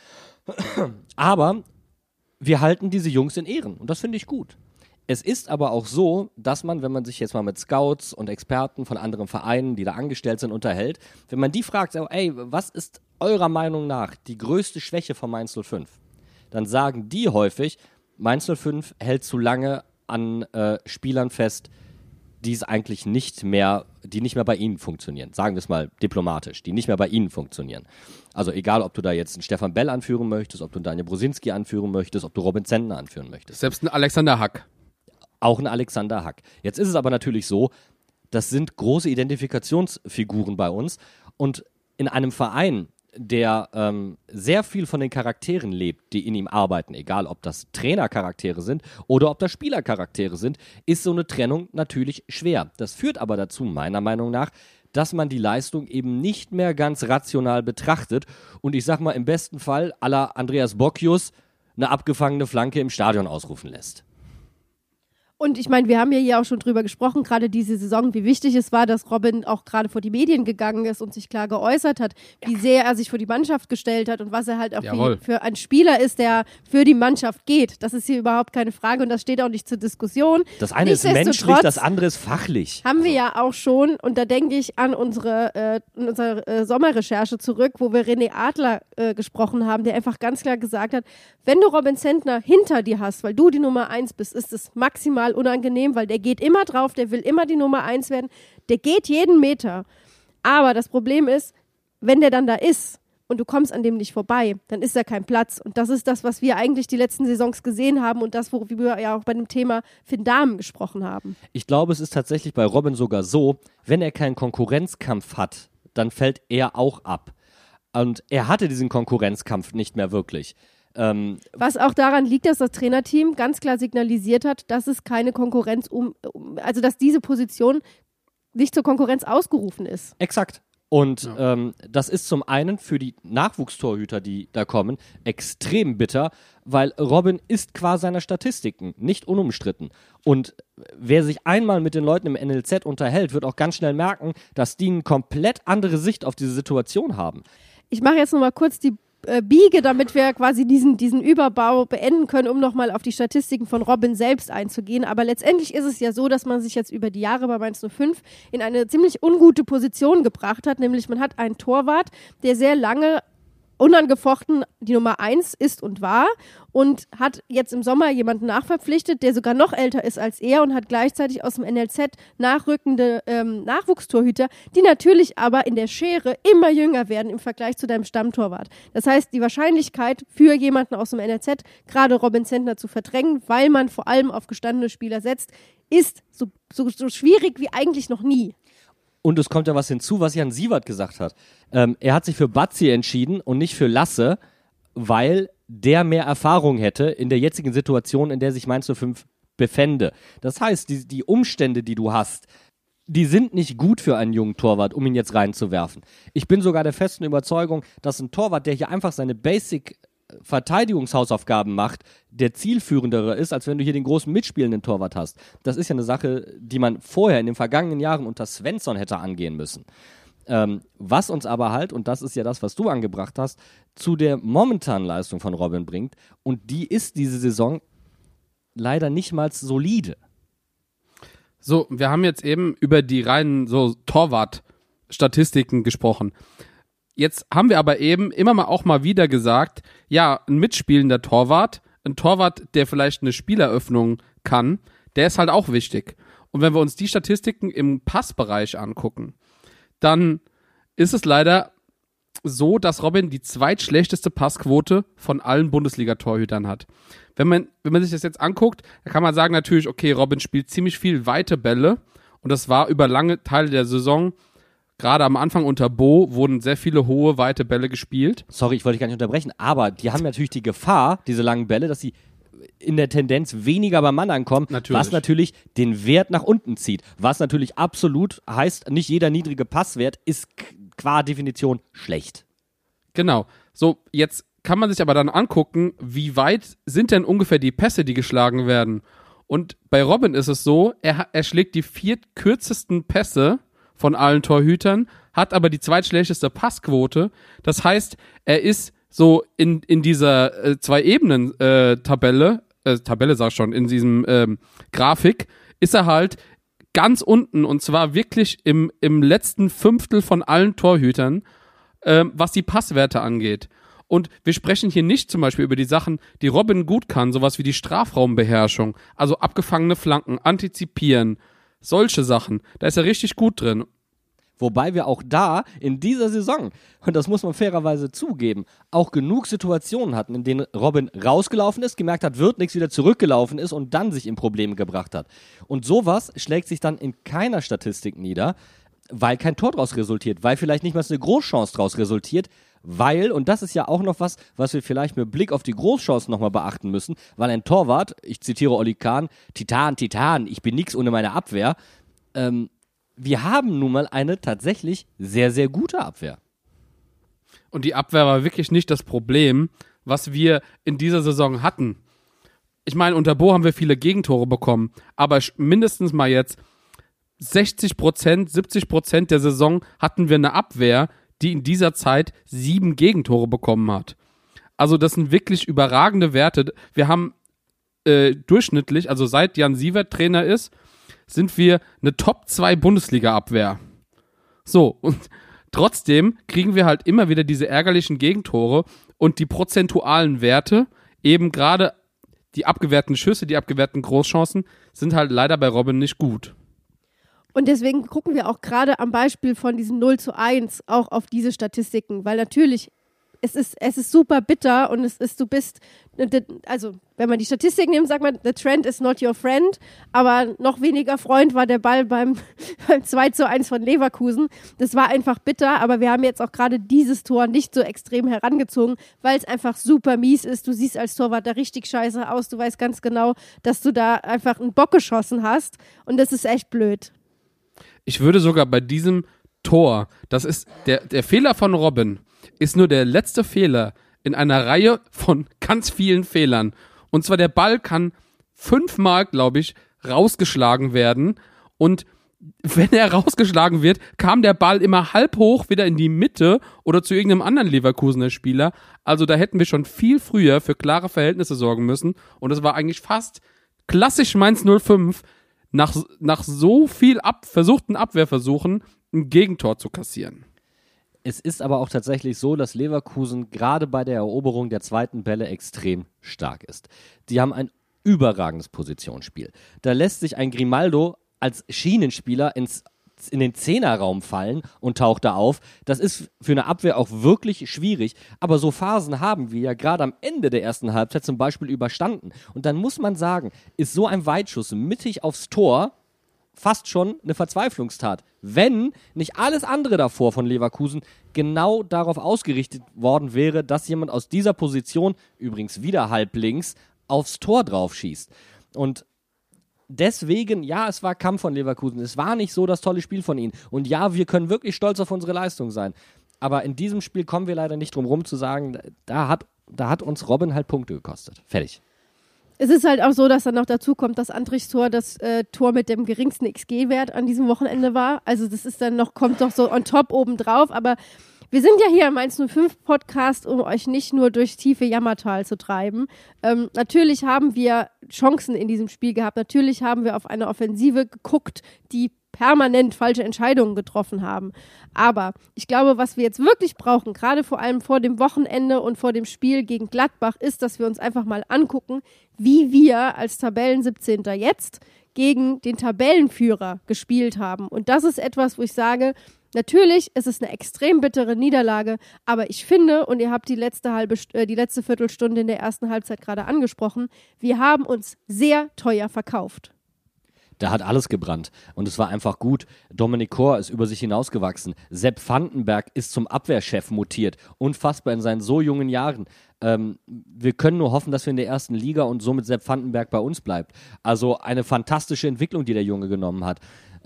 [SPEAKER 4] Aber wir halten diese Jungs in Ehren und das finde ich gut. Es ist aber auch so, dass man, wenn man sich jetzt mal mit Scouts und Experten von anderen Vereinen, die da angestellt sind, unterhält, wenn man die fragt, ey, was ist eurer Meinung nach die größte Schwäche von Mainz 05? Dann sagen die häufig, Mainz 05 hält zu lange an Spielern fest, die nicht mehr bei ihnen funktionieren. Sagen wir es mal diplomatisch, die nicht mehr bei ihnen funktionieren. Also egal, ob du da jetzt einen Stefan Bell anführen möchtest, ob du einen Daniel Brosinski anführen möchtest, ob du Robin Zentner anführen möchtest.
[SPEAKER 3] Selbst ein Alexander Hack.
[SPEAKER 4] Auch ein Alexander Hack. Jetzt ist es aber natürlich so, das sind große Identifikationsfiguren bei uns und in einem Verein, der sehr viel von den Charakteren lebt, die in ihm arbeiten, egal ob das Trainercharaktere sind oder ob das Spielercharaktere sind, ist so eine Trennung natürlich schwer. Das führt aber dazu, meiner Meinung nach, dass man die Leistung eben nicht mehr ganz rational betrachtet und ich sag mal im besten Fall à la Andreas Bocchius eine abgefangene Flanke im Stadion ausrufen lässt.
[SPEAKER 2] Und ich meine, wir haben ja hier auch schon drüber gesprochen, gerade diese Saison, wie wichtig es war, dass Robin auch gerade vor die Medien gegangen ist und sich klar geäußert hat, wie sehr er sich vor die Mannschaft gestellt hat und was er halt auch für ein Spieler ist, der für die Mannschaft geht. Das ist hier überhaupt keine Frage und das steht auch nicht zur Diskussion.
[SPEAKER 4] Das eine ist menschlich, das andere ist fachlich.
[SPEAKER 2] Haben wir ja auch schon und da denke ich an unsere Sommerrecherche zurück, wo wir René Adler gesprochen haben, der einfach ganz klar gesagt hat, wenn du Robin Zentner hinter dir hast, weil du die Nummer 1 bist, ist es maximal unangenehm, weil der geht immer drauf, der will immer die Nummer 1 werden, der geht jeden Meter. Aber das Problem ist, wenn der dann da ist und du kommst an dem nicht vorbei, dann ist da kein Platz. Und das ist das, was wir eigentlich die letzten Saisons gesehen haben und das, worüber wir ja auch bei dem Thema Finn Dahmen gesprochen haben.
[SPEAKER 4] Ich glaube, es ist tatsächlich bei Robin sogar so, wenn er keinen Konkurrenzkampf hat, dann fällt er auch ab. Und er hatte diesen Konkurrenzkampf nicht mehr wirklich.
[SPEAKER 2] Was auch daran liegt, dass das Trainerteam ganz klar signalisiert hat, dass es keine Konkurrenz also dass diese Position nicht zur Konkurrenz ausgerufen ist.
[SPEAKER 4] Exakt. Und das ist zum einen für die Nachwuchstorhüter, die da kommen, extrem bitter, weil Robin ist qua seiner Statistiken nicht unumstritten. Und wer sich einmal mit den Leuten im NLZ unterhält, wird auch ganz schnell merken, dass die eine komplett andere Sicht auf diese Situation haben.
[SPEAKER 2] Ich mache jetzt nochmal kurz die Biege, damit wir quasi diesen Überbau beenden können, um nochmal auf die Statistiken von Robin selbst einzugehen. Aber letztendlich ist es ja so, dass man sich jetzt über die Jahre bei Mainz 05 in eine ziemlich ungute Position gebracht hat. Nämlich man hat einen Torwart, der sehr lange unangefochten die Nummer 1 ist und war und hat jetzt im Sommer jemanden nachverpflichtet, der sogar noch älter ist als er und hat gleichzeitig aus dem NLZ nachrückende Nachwuchstorhüter, die natürlich aber in der Schere immer jünger werden im Vergleich zu deinem Stammtorwart. Das heißt, die Wahrscheinlichkeit für jemanden aus dem NLZ, gerade Robin Zentner zu verdrängen, weil man vor allem auf gestandene Spieler setzt, ist so schwierig wie eigentlich noch nie.
[SPEAKER 4] Und es kommt ja was hinzu, was Jan Siewert gesagt hat. Er hat sich für Bazzi entschieden und nicht für Lasse, weil der mehr Erfahrung hätte in der jetzigen Situation, in der sich Mainz 05 befände. Das heißt, die Umstände, die du hast, die sind nicht gut für einen jungen Torwart, um ihn jetzt reinzuwerfen. Ich bin sogar der festen Überzeugung, dass ein Torwart, der hier einfach seine Basic-Verteidigungshausaufgaben macht, der zielführendere ist, als wenn du hier den großen mitspielenden Torwart hast. Das ist ja eine Sache, die man vorher in den vergangenen Jahren unter Svensson hätte angehen müssen. Was uns aber halt, und das ist ja das, was du angebracht hast, zu der momentanen Leistung von Robin bringt, und die ist diese Saison leider nicht mal solide.
[SPEAKER 3] So, wir haben jetzt eben über die reinen so Torwart-Statistiken gesprochen. Jetzt haben wir aber eben immer mal auch mal wieder gesagt, ja, ein mitspielender Torwart, ein Torwart, der vielleicht eine Spieleröffnung kann, der ist halt auch wichtig. Und wenn wir uns die Statistiken im Passbereich angucken, dann ist es leider so, dass Robin die zweitschlechteste Passquote von allen Bundesliga-Torhütern hat. Wenn man sich das jetzt anguckt, da kann man sagen natürlich, okay, Robin spielt ziemlich viel weite Bälle und das war über lange Teile der Saison gerade am Anfang unter Bo wurden sehr viele hohe, weite Bälle gespielt.
[SPEAKER 4] Sorry, ich wollte dich gar nicht unterbrechen, aber die haben natürlich die Gefahr, diese langen Bälle, dass sie in der Tendenz weniger beim Mann ankommen, was natürlich den Wert nach unten zieht. Was natürlich absolut heißt, nicht jeder niedrige Passwert ist qua Definition schlecht.
[SPEAKER 3] Genau. So, jetzt kann man sich aber dann angucken, wie weit sind denn ungefähr die Pässe, die geschlagen werden. Und bei Robin ist es so, er schlägt die 4 kürzesten Pässe von allen Torhütern, hat aber die zweitschlechteste Passquote. Das heißt, er ist so in dieser 2-Ebenen-Tabelle, sag ich schon, in diesem Grafik, ist er halt ganz unten und zwar wirklich im letzten Fünftel von allen Torhütern, was die Passwerte angeht. Und wir sprechen hier nicht zum Beispiel über die Sachen, die Robin gut kann, sowas wie die Strafraumbeherrschung, also abgefangene Flanken, antizipieren, solche Sachen. Da ist er richtig gut drin.
[SPEAKER 4] Wobei wir auch da in dieser Saison, und das muss man fairerweise zugeben, auch genug Situationen hatten, in denen Robin rausgelaufen ist, gemerkt hat, wird nichts, wieder zurückgelaufen ist und dann sich in Probleme gebracht hat. Und sowas schlägt sich dann in keiner Statistik nieder, weil kein Tor draus resultiert, weil vielleicht nicht mal eine Großchance draus resultiert, weil, und das ist ja auch noch was wir vielleicht mit Blick auf die Großchancen nochmal beachten müssen, weil ein Torwart, ich zitiere Oli Kahn, Titan, ich bin nix ohne meine Abwehr, wir haben nun mal eine tatsächlich sehr, sehr gute Abwehr.
[SPEAKER 3] Und die Abwehr war wirklich nicht das Problem, was wir in dieser Saison hatten. Ich meine, unter Bo haben wir viele Gegentore bekommen, aber mindestens mal jetzt 60%, 70% der Saison hatten wir eine Abwehr, die in dieser Zeit 7 Gegentore bekommen hat. Also das sind wirklich überragende Werte. Wir haben durchschnittlich, also seit Jan Siewert Trainer ist, sind wir eine Top-2 Bundesliga-Abwehr. So, und trotzdem kriegen wir halt immer wieder diese ärgerlichen Gegentore und die prozentualen Werte, eben gerade die abgewehrten Schüsse, die abgewehrten Großchancen, sind halt leider bei Robin nicht gut.
[SPEAKER 2] Und deswegen gucken wir auch gerade am Beispiel von diesem 0:1 auch auf diese Statistiken, weil natürlich es ist super bitter und also wenn man die Statistik nimmt, sagt man, the trend is not your friend, aber noch weniger Freund war der Ball beim 2:1 von Leverkusen. Das war einfach bitter, aber wir haben jetzt auch gerade dieses Tor nicht so extrem herangezogen, weil es einfach super mies ist. Du siehst als Torwart da richtig scheiße aus, du weißt ganz genau, dass du da einfach einen Bock geschossen hast und das ist echt blöd.
[SPEAKER 3] Ich würde sogar bei diesem Tor, das ist der Fehler von Robin, ist nur der letzte Fehler in einer Reihe von ganz vielen Fehlern. Und zwar der Ball kann 5-mal, glaube ich, rausgeschlagen werden. Und wenn er rausgeschlagen wird, kam der Ball immer halb hoch wieder in die Mitte oder zu irgendeinem anderen Leverkusener Spieler. Also da hätten wir schon viel früher für klare Verhältnisse sorgen müssen. Und es war eigentlich fast klassisch Mainz 05, nach so viel versuchten Abwehrversuchen ein Gegentor zu kassieren.
[SPEAKER 4] Es ist aber auch tatsächlich so, dass Leverkusen gerade bei der Eroberung der zweiten Bälle extrem stark ist. Die haben ein überragendes Positionsspiel. Da lässt sich ein Grimaldo als Schienenspieler in den Zehnerraum fallen und taucht da auf. Das ist für eine Abwehr auch wirklich schwierig. Aber so Phasen haben wir ja gerade am Ende der ersten Halbzeit zum Beispiel überstanden. Und dann muss man sagen, ist so ein Weitschuss mittig aufs Tor fast schon eine Verzweiflungstat, wenn nicht alles andere davor von Leverkusen genau darauf ausgerichtet worden wäre, dass jemand aus dieser Position, übrigens wieder halblinks, aufs Tor drauf schießt. Und deswegen, ja, es war Kampf von Leverkusen, es war nicht so das tolle Spiel von ihnen. Und ja, wir können wirklich stolz auf unsere Leistung sein. Aber in diesem Spiel kommen wir leider nicht drum rum zu sagen, da hat uns Robin halt Punkte gekostet. Fertig.
[SPEAKER 2] Es ist halt auch so, dass dann noch dazu kommt, dass Andrichs Tor das Tor mit dem geringsten XG-Wert an diesem Wochenende war. Also das ist dann noch, kommt doch so on top obendrauf. Aber wir sind ja hier im 105-Podcast, um euch nicht nur durchs tiefe Jammertal zu treiben. Natürlich haben wir Chancen in diesem Spiel gehabt. Natürlich haben wir auf eine Offensive geguckt, die permanent falsche Entscheidungen getroffen haben. Aber ich glaube, was wir jetzt wirklich brauchen, gerade vor allem vor dem Wochenende und vor dem Spiel gegen Gladbach, ist, dass wir uns einfach mal angucken, wie wir als Tabellen 17. jetzt gegen den Tabellenführer gespielt haben. Und das ist etwas, wo ich sage, natürlich ist es eine extrem bittere Niederlage, aber ich finde, und ihr habt die letzte Viertelstunde in der ersten Halbzeit gerade angesprochen, wir haben uns sehr teuer verkauft.
[SPEAKER 4] Der hat alles gebrannt und es war einfach gut. Dominik Kor ist über sich hinausgewachsen. Sepp Vandenberg ist zum Abwehrchef mutiert. Unfassbar in seinen so jungen Jahren. Wir können nur hoffen, dass wir in der ersten Liga und somit Sepp Vandenberg bei uns bleibt. Also eine fantastische Entwicklung, die der Junge genommen hat.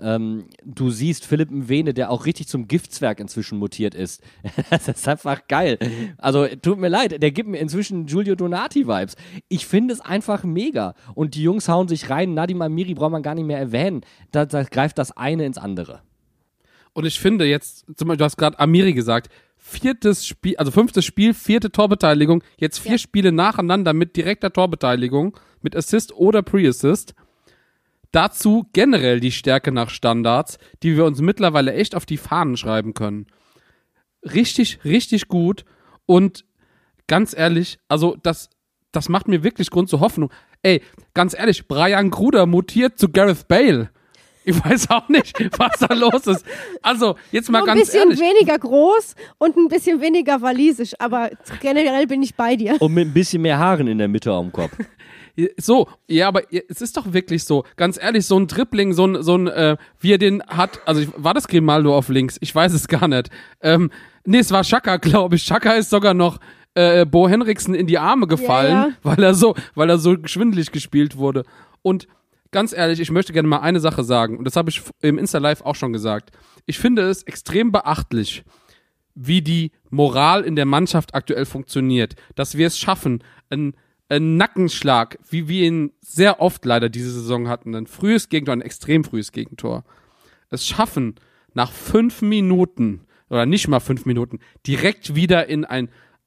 [SPEAKER 4] Du siehst Philipp Mwene, der auch richtig zum Giftswerk inzwischen mutiert ist. Das ist einfach geil. Also tut mir leid, der gibt mir inzwischen Giulio Donati-Vibes. Ich finde es einfach mega. Und die Jungs hauen sich rein. Nadim Amiri braucht man gar nicht mehr erwähnen. Da greift das eine ins andere.
[SPEAKER 3] Und ich finde jetzt, zum Beispiel, du hast gerade Amiri gesagt, 5. Spiel, 4. Torbeteiligung, jetzt 4 Spiele nacheinander mit direkter Torbeteiligung, mit Assist oder Pre-Assist. Dazu generell die Stärke nach Standards, die wir uns mittlerweile echt auf die Fahnen schreiben können. Richtig, richtig gut. Und ganz ehrlich, also das macht mir wirklich Grund zur Hoffnung. Ey, ganz ehrlich, Brian Gruder mutiert zu Gareth Bale. Ich weiß auch nicht, was da los ist. Also, jetzt mal ganz ehrlich.
[SPEAKER 2] Ein bisschen weniger groß und ein bisschen weniger walisisch, aber generell bin ich bei dir.
[SPEAKER 4] Und mit ein bisschen mehr Haaren in der Mitte am Kopf.
[SPEAKER 3] So, ja, aber es ist doch wirklich so, ganz ehrlich, so ein Dribbling, so ein wie er den hat, also war das Grimaldo auf links? Ich weiß es gar nicht. Nee, es war Xhaka, glaube ich. Xhaka ist sogar noch Bo Henriksen in die Arme gefallen, weil er so schwindelig gespielt wurde. Und ganz ehrlich, ich möchte gerne mal eine Sache sagen, und das habe ich im Insta-Live auch schon gesagt. Ich finde es extrem beachtlich, wie die Moral in der Mannschaft aktuell funktioniert, dass wir es schaffen, ein Nackenschlag, wie wir ihn sehr oft leider diese Saison hatten, ein frühes Gegentor, ein extrem frühes Gegentor, es schaffen, nach 5 Minuten, oder nicht mal 5 Minuten, direkt wieder in ein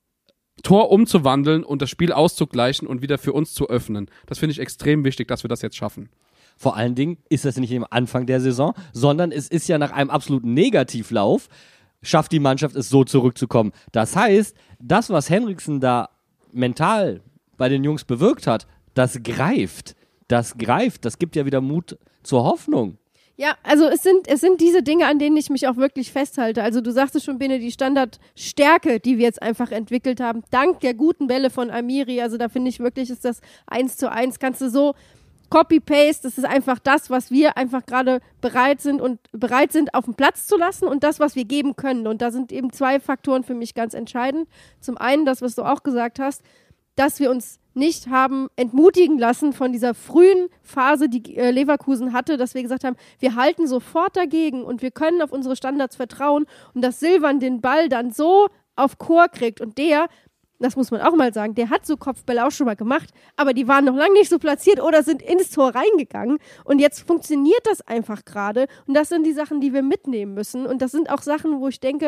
[SPEAKER 3] Tor umzuwandeln und das Spiel auszugleichen und wieder für uns zu öffnen. Das finde ich extrem wichtig, dass wir das jetzt schaffen.
[SPEAKER 4] Vor allen Dingen ist das nicht im Anfang der Saison, sondern es ist ja nach einem absoluten Negativlauf, schafft die Mannschaft es so zurückzukommen. Das heißt, das, was Henriksen da mental bei den Jungs bewirkt hat, das greift, das gibt ja wieder Mut zur Hoffnung.
[SPEAKER 2] Ja, also es sind diese Dinge, an denen ich mich auch wirklich festhalte. Also du sagtest schon, Bene, die Standardstärke, die wir jetzt einfach entwickelt haben, dank der guten Bälle von Amiri, also da finde ich wirklich, ist das 1:1, kannst du so Copy-Paste, das ist einfach das, was wir einfach gerade bereit sind auf den Platz zu lassen und das, was wir geben können. Und da sind eben 2 Faktoren für mich ganz entscheidend. Zum einen, das, was du auch gesagt hast, dass wir uns nicht haben entmutigen lassen von dieser frühen Phase, die Leverkusen hatte, dass wir gesagt haben, wir halten sofort dagegen und wir können auf unsere Standards vertrauen und dass Silvan den Ball dann so auf Chor kriegt und das muss man auch mal sagen, der hat so Kopfbälle auch schon mal gemacht, aber die waren noch lange nicht so platziert oder sind ins Tor reingegangen und jetzt funktioniert das einfach gerade und das sind die Sachen, die wir mitnehmen müssen und das sind auch Sachen, wo ich denke,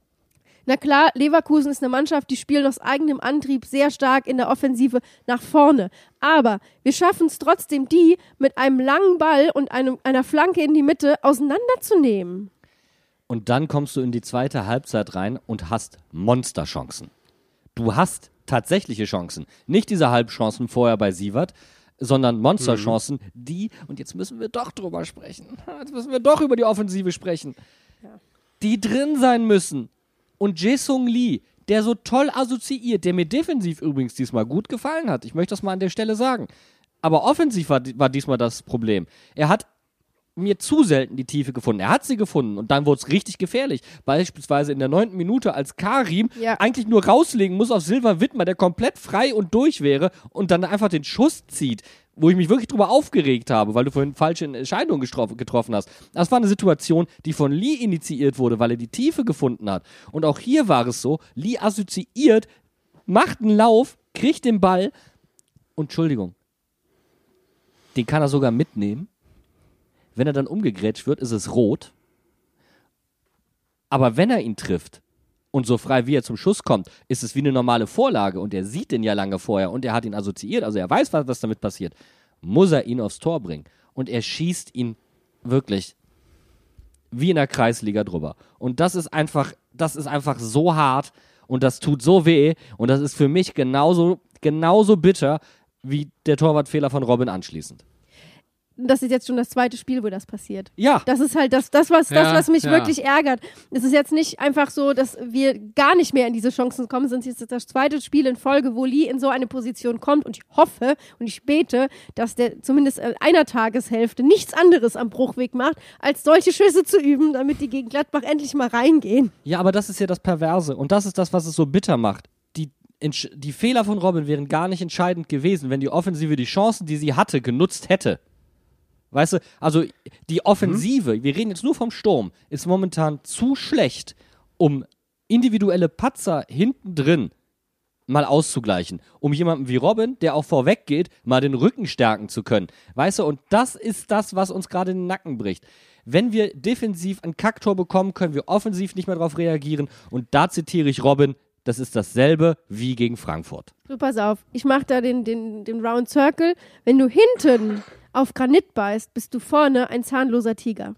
[SPEAKER 2] na klar, Leverkusen ist eine Mannschaft, die spielt aus eigenem Antrieb sehr stark in der Offensive nach vorne. Aber wir schaffen es trotzdem, die mit einem langen Ball und einer Flanke in die Mitte auseinanderzunehmen.
[SPEAKER 4] Und dann kommst du in die zweite Halbzeit rein und hast Monsterchancen. Du hast tatsächliche Chancen. Nicht diese Halbchancen vorher bei Sievert, sondern Monsterchancen, die, und jetzt müssen wir doch drüber sprechen, jetzt müssen wir doch über die Offensive sprechen, die drin sein müssen. Und Jae-Sung Lee, der so toll assoziiert, der mir defensiv übrigens diesmal gut gefallen hat. Ich möchte das mal an der Stelle sagen. Aber offensiv war diesmal das Problem. Er hat mir zu selten die Tiefe gefunden. Er hat sie gefunden und dann wurde es richtig gefährlich. Beispielsweise in der 9. Minute, als Karim eigentlich nur rauslegen muss auf Silvan Wittmer, der komplett frei und durch wäre und dann einfach den Schuss zieht, wo ich mich wirklich drüber aufgeregt habe, weil du vorhin falsche Entscheidungen getroffen hast. Das war eine Situation, die von Lee initiiert wurde, weil er die Tiefe gefunden hat. Und auch hier war es so, Lee assoziiert, macht einen Lauf, kriegt den Ball und Entschuldigung, den kann er sogar mitnehmen. Wenn er dann umgegrätscht wird, ist es rot. Aber wenn er ihn trifft und so frei wie er zum Schuss kommt, ist es wie eine normale Vorlage und er sieht den ja lange vorher und er hat ihn assoziiert, also er weiß, was damit passiert, muss er ihn aufs Tor bringen. Und er schießt ihn wirklich wie in der Kreisliga drüber. Und das ist einfach so hart und das tut so weh und das ist für mich genauso bitter wie der Torwartfehler von Robin anschließend.
[SPEAKER 2] das ist jetzt schon das zweite Spiel, wo das passiert.
[SPEAKER 4] Ja.
[SPEAKER 2] Das ist halt das was mich wirklich ärgert. Es ist jetzt nicht einfach so, dass wir gar nicht mehr in diese Chancen kommen, sondern es ist das zweite Spiel in Folge, wo Lee in so eine Position kommt und ich hoffe und ich bete, dass der zumindest in einer Tageshälfte nichts anderes am Bruchweg macht, als solche Schüsse zu üben, damit die gegen Gladbach endlich mal reingehen.
[SPEAKER 4] Ja, aber das ist ja das Perverse und das ist das, was es so bitter macht. Die Fehler von Robin wären gar nicht entscheidend gewesen, wenn die Offensive die Chancen, die sie hatte, genutzt hätte. Weißt du, also die Offensive, wir reden jetzt nur vom Sturm, ist momentan zu schlecht, um individuelle Patzer hinten drin mal auszugleichen. Um jemanden wie Robin, der auch vorweg geht, mal den Rücken stärken zu können. Weißt du, und das ist das, was uns gerade in den Nacken bricht. Wenn wir defensiv ein Kacktor bekommen, können wir offensiv nicht mehr darauf reagieren. Und da zitiere ich Robin, das ist dasselbe wie gegen Frankfurt.
[SPEAKER 2] So, pass auf, ich mache da den Round Circle. Wenn du hinten auf Granit beißt, bist du vorne ein zahnloser Tiger.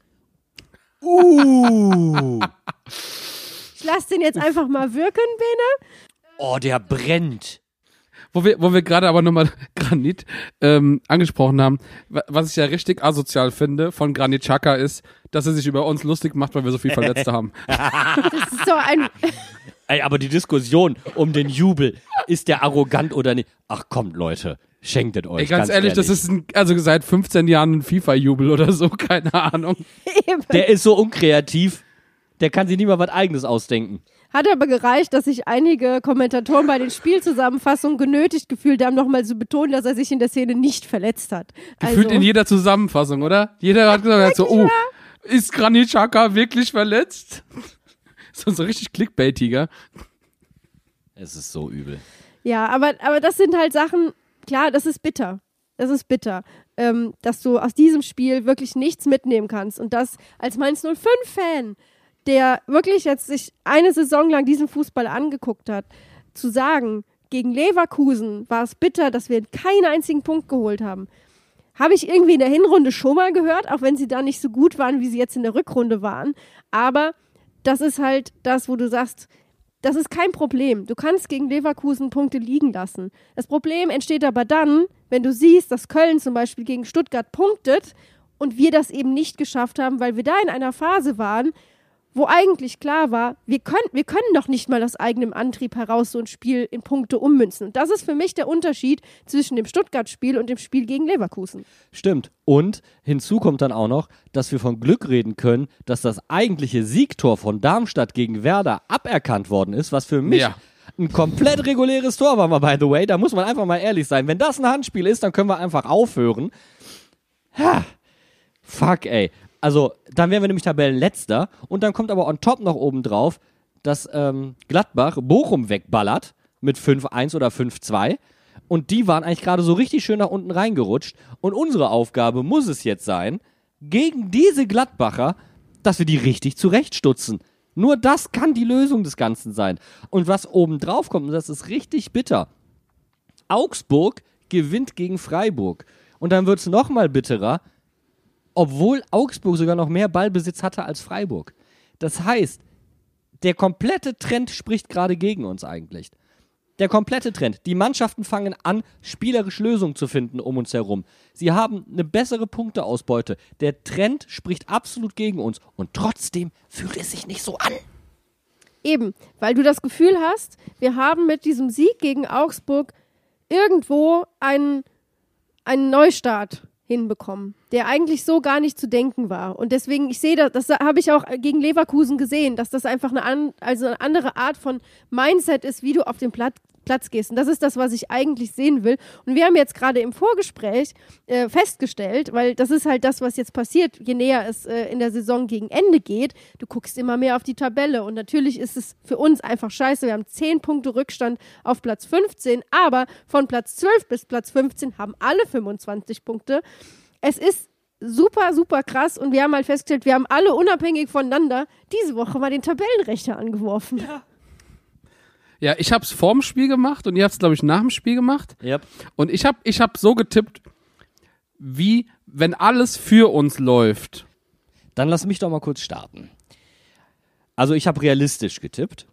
[SPEAKER 2] Ich lasse den jetzt einfach mal wirken, Bene.
[SPEAKER 4] Oh, der brennt.
[SPEAKER 3] Wo wir gerade aber nochmal Granit angesprochen haben, was ich ja richtig asozial finde von Granit Xhaka ist, dass er sich über uns lustig macht, weil wir so viel Verletzte haben.
[SPEAKER 2] Das ist so ein...
[SPEAKER 4] Ey, aber die Diskussion um den Jubel, ist der arrogant oder nicht? Ach kommt, Leute, schenkt es euch.
[SPEAKER 3] Ey, ganz ehrlich, das ist also seit 15 Jahren ein FIFA-Jubel oder so, keine Ahnung.
[SPEAKER 2] Eben.
[SPEAKER 4] Der ist so unkreativ, der kann sich nie mal was Eigenes ausdenken.
[SPEAKER 2] Hat aber gereicht, dass sich einige Kommentatoren bei den Spielzusammenfassungen genötigt gefühlt haben, nochmal zu betonen, dass er sich in der Szene nicht verletzt hat.
[SPEAKER 3] Gefühlt in jeder Zusammenfassung, oder? Jeder hat gesagt, so, ist Granit Xhaka wirklich verletzt? So richtig clickbaitiger.
[SPEAKER 4] Es ist so übel.
[SPEAKER 2] Ja, aber das sind halt Sachen, klar, das ist bitter. Das ist bitter, dass du aus diesem Spiel wirklich nichts mitnehmen kannst. Und das als Mainz 05-Fan, der wirklich jetzt sich eine Saison lang diesen Fußball angeguckt hat, zu sagen, gegen Leverkusen war es bitter, dass wir keinen einzigen Punkt geholt haben. Habe ich irgendwie in der Hinrunde schon mal gehört, auch wenn sie da nicht so gut waren, wie sie jetzt in der Rückrunde waren. Aber das ist halt das, wo du sagst, das ist kein Problem. Du kannst gegen Leverkusen Punkte liegen lassen. Das Problem entsteht aber dann, wenn du siehst, dass Köln zum Beispiel gegen Stuttgart punktet und wir das eben nicht geschafft haben, weil wir da in einer Phase waren, wo eigentlich klar war, wir können doch nicht mal aus eigenem Antrieb heraus so ein Spiel in Punkte ummünzen. Und das ist für mich der Unterschied zwischen dem Stuttgart-Spiel und dem Spiel gegen Leverkusen.
[SPEAKER 4] Stimmt. Und hinzu kommt dann auch noch, dass wir von Glück reden können, dass das eigentliche Siegtor von Darmstadt gegen Werder aberkannt worden ist, was für mich ein komplett reguläres Tor war, by the way. Da muss man einfach mal ehrlich sein. Wenn das ein Handspiel ist, dann können wir einfach aufhören. Ha. Fuck, ey. Also, dann wären wir nämlich Tabellenletzter und dann kommt aber on top noch oben drauf, dass Gladbach Bochum wegballert mit 5-1 oder 5-2 und die waren eigentlich gerade so richtig schön nach unten reingerutscht und unsere Aufgabe muss es jetzt sein, gegen diese Gladbacher, dass wir die richtig zurechtstutzen. Nur das kann die Lösung des Ganzen sein. Und was oben drauf kommt, und das ist richtig bitter, Augsburg gewinnt gegen Freiburg und dann wird es nochmal bitterer, obwohl Augsburg sogar noch mehr Ballbesitz hatte als Freiburg. Das heißt, der komplette Trend spricht gerade gegen uns eigentlich. Der komplette Trend. Die Mannschaften fangen an, spielerisch Lösungen zu finden um uns herum. Sie haben eine bessere Punkteausbeute. Der Trend spricht absolut gegen uns. Und trotzdem fühlt es sich nicht so an.
[SPEAKER 2] Eben, weil du das Gefühl hast, wir haben mit diesem Sieg gegen Augsburg irgendwo einen Neustart hinbekommen, der eigentlich so gar nicht zu denken war. Und deswegen, ich sehe das habe ich auch gegen Leverkusen gesehen, dass das einfach eine andere Art von Mindset ist, wie du auf den Platz gehst. Und das ist das, was ich eigentlich sehen will. Und wir haben jetzt gerade im Vorgespräch festgestellt, weil das ist halt das, was jetzt passiert, je näher es in der Saison gegen Ende geht, du guckst immer mehr auf die Tabelle. Und natürlich ist es für uns einfach scheiße. Wir haben 10 Punkte Rückstand auf Platz 15, aber von Platz 12 bis Platz 15 haben alle 25 Punkte. Es ist super, super krass und wir haben halt festgestellt, wir haben alle unabhängig voneinander diese Woche mal den Tabellenrechner angeworfen.
[SPEAKER 3] Ja, ich hab's vorm Spiel gemacht und ihr habt's, glaube ich, nach dem Spiel gemacht.
[SPEAKER 4] Yep.
[SPEAKER 3] Und ich hab so getippt, wie wenn alles für uns läuft.
[SPEAKER 4] Dann lass mich doch mal kurz starten. Also ich habe realistisch getippt.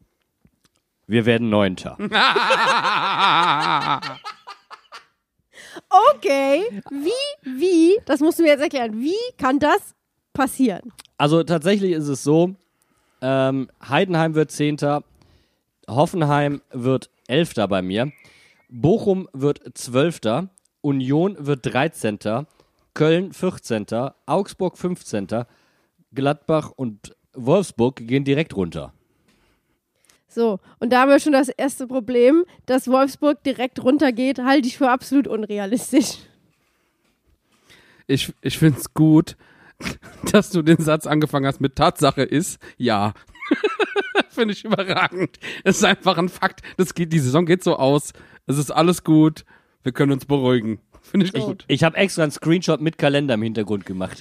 [SPEAKER 4] Wir werden 9.
[SPEAKER 2] Okay, wie, das musst du mir jetzt erklären, wie kann das passieren?
[SPEAKER 4] Also tatsächlich ist es so, Heidenheim wird 10., Hoffenheim wird 11. bei mir, Bochum wird 12., Union wird 13., Köln 14., Augsburg 15., Gladbach und Wolfsburg gehen direkt runter.
[SPEAKER 2] So, und da haben wir schon das erste Problem, dass Wolfsburg direkt runtergeht, halte ich für absolut unrealistisch.
[SPEAKER 3] Ich finde es gut, dass du den Satz angefangen hast mit Tatsache ist, ja. Finde ich überragend. Es ist einfach ein Fakt. Die Saison geht so aus. Es ist alles gut. Wir können uns beruhigen. Finde ich gut.
[SPEAKER 4] Ich habe extra einen Screenshot mit Kalender im Hintergrund gemacht.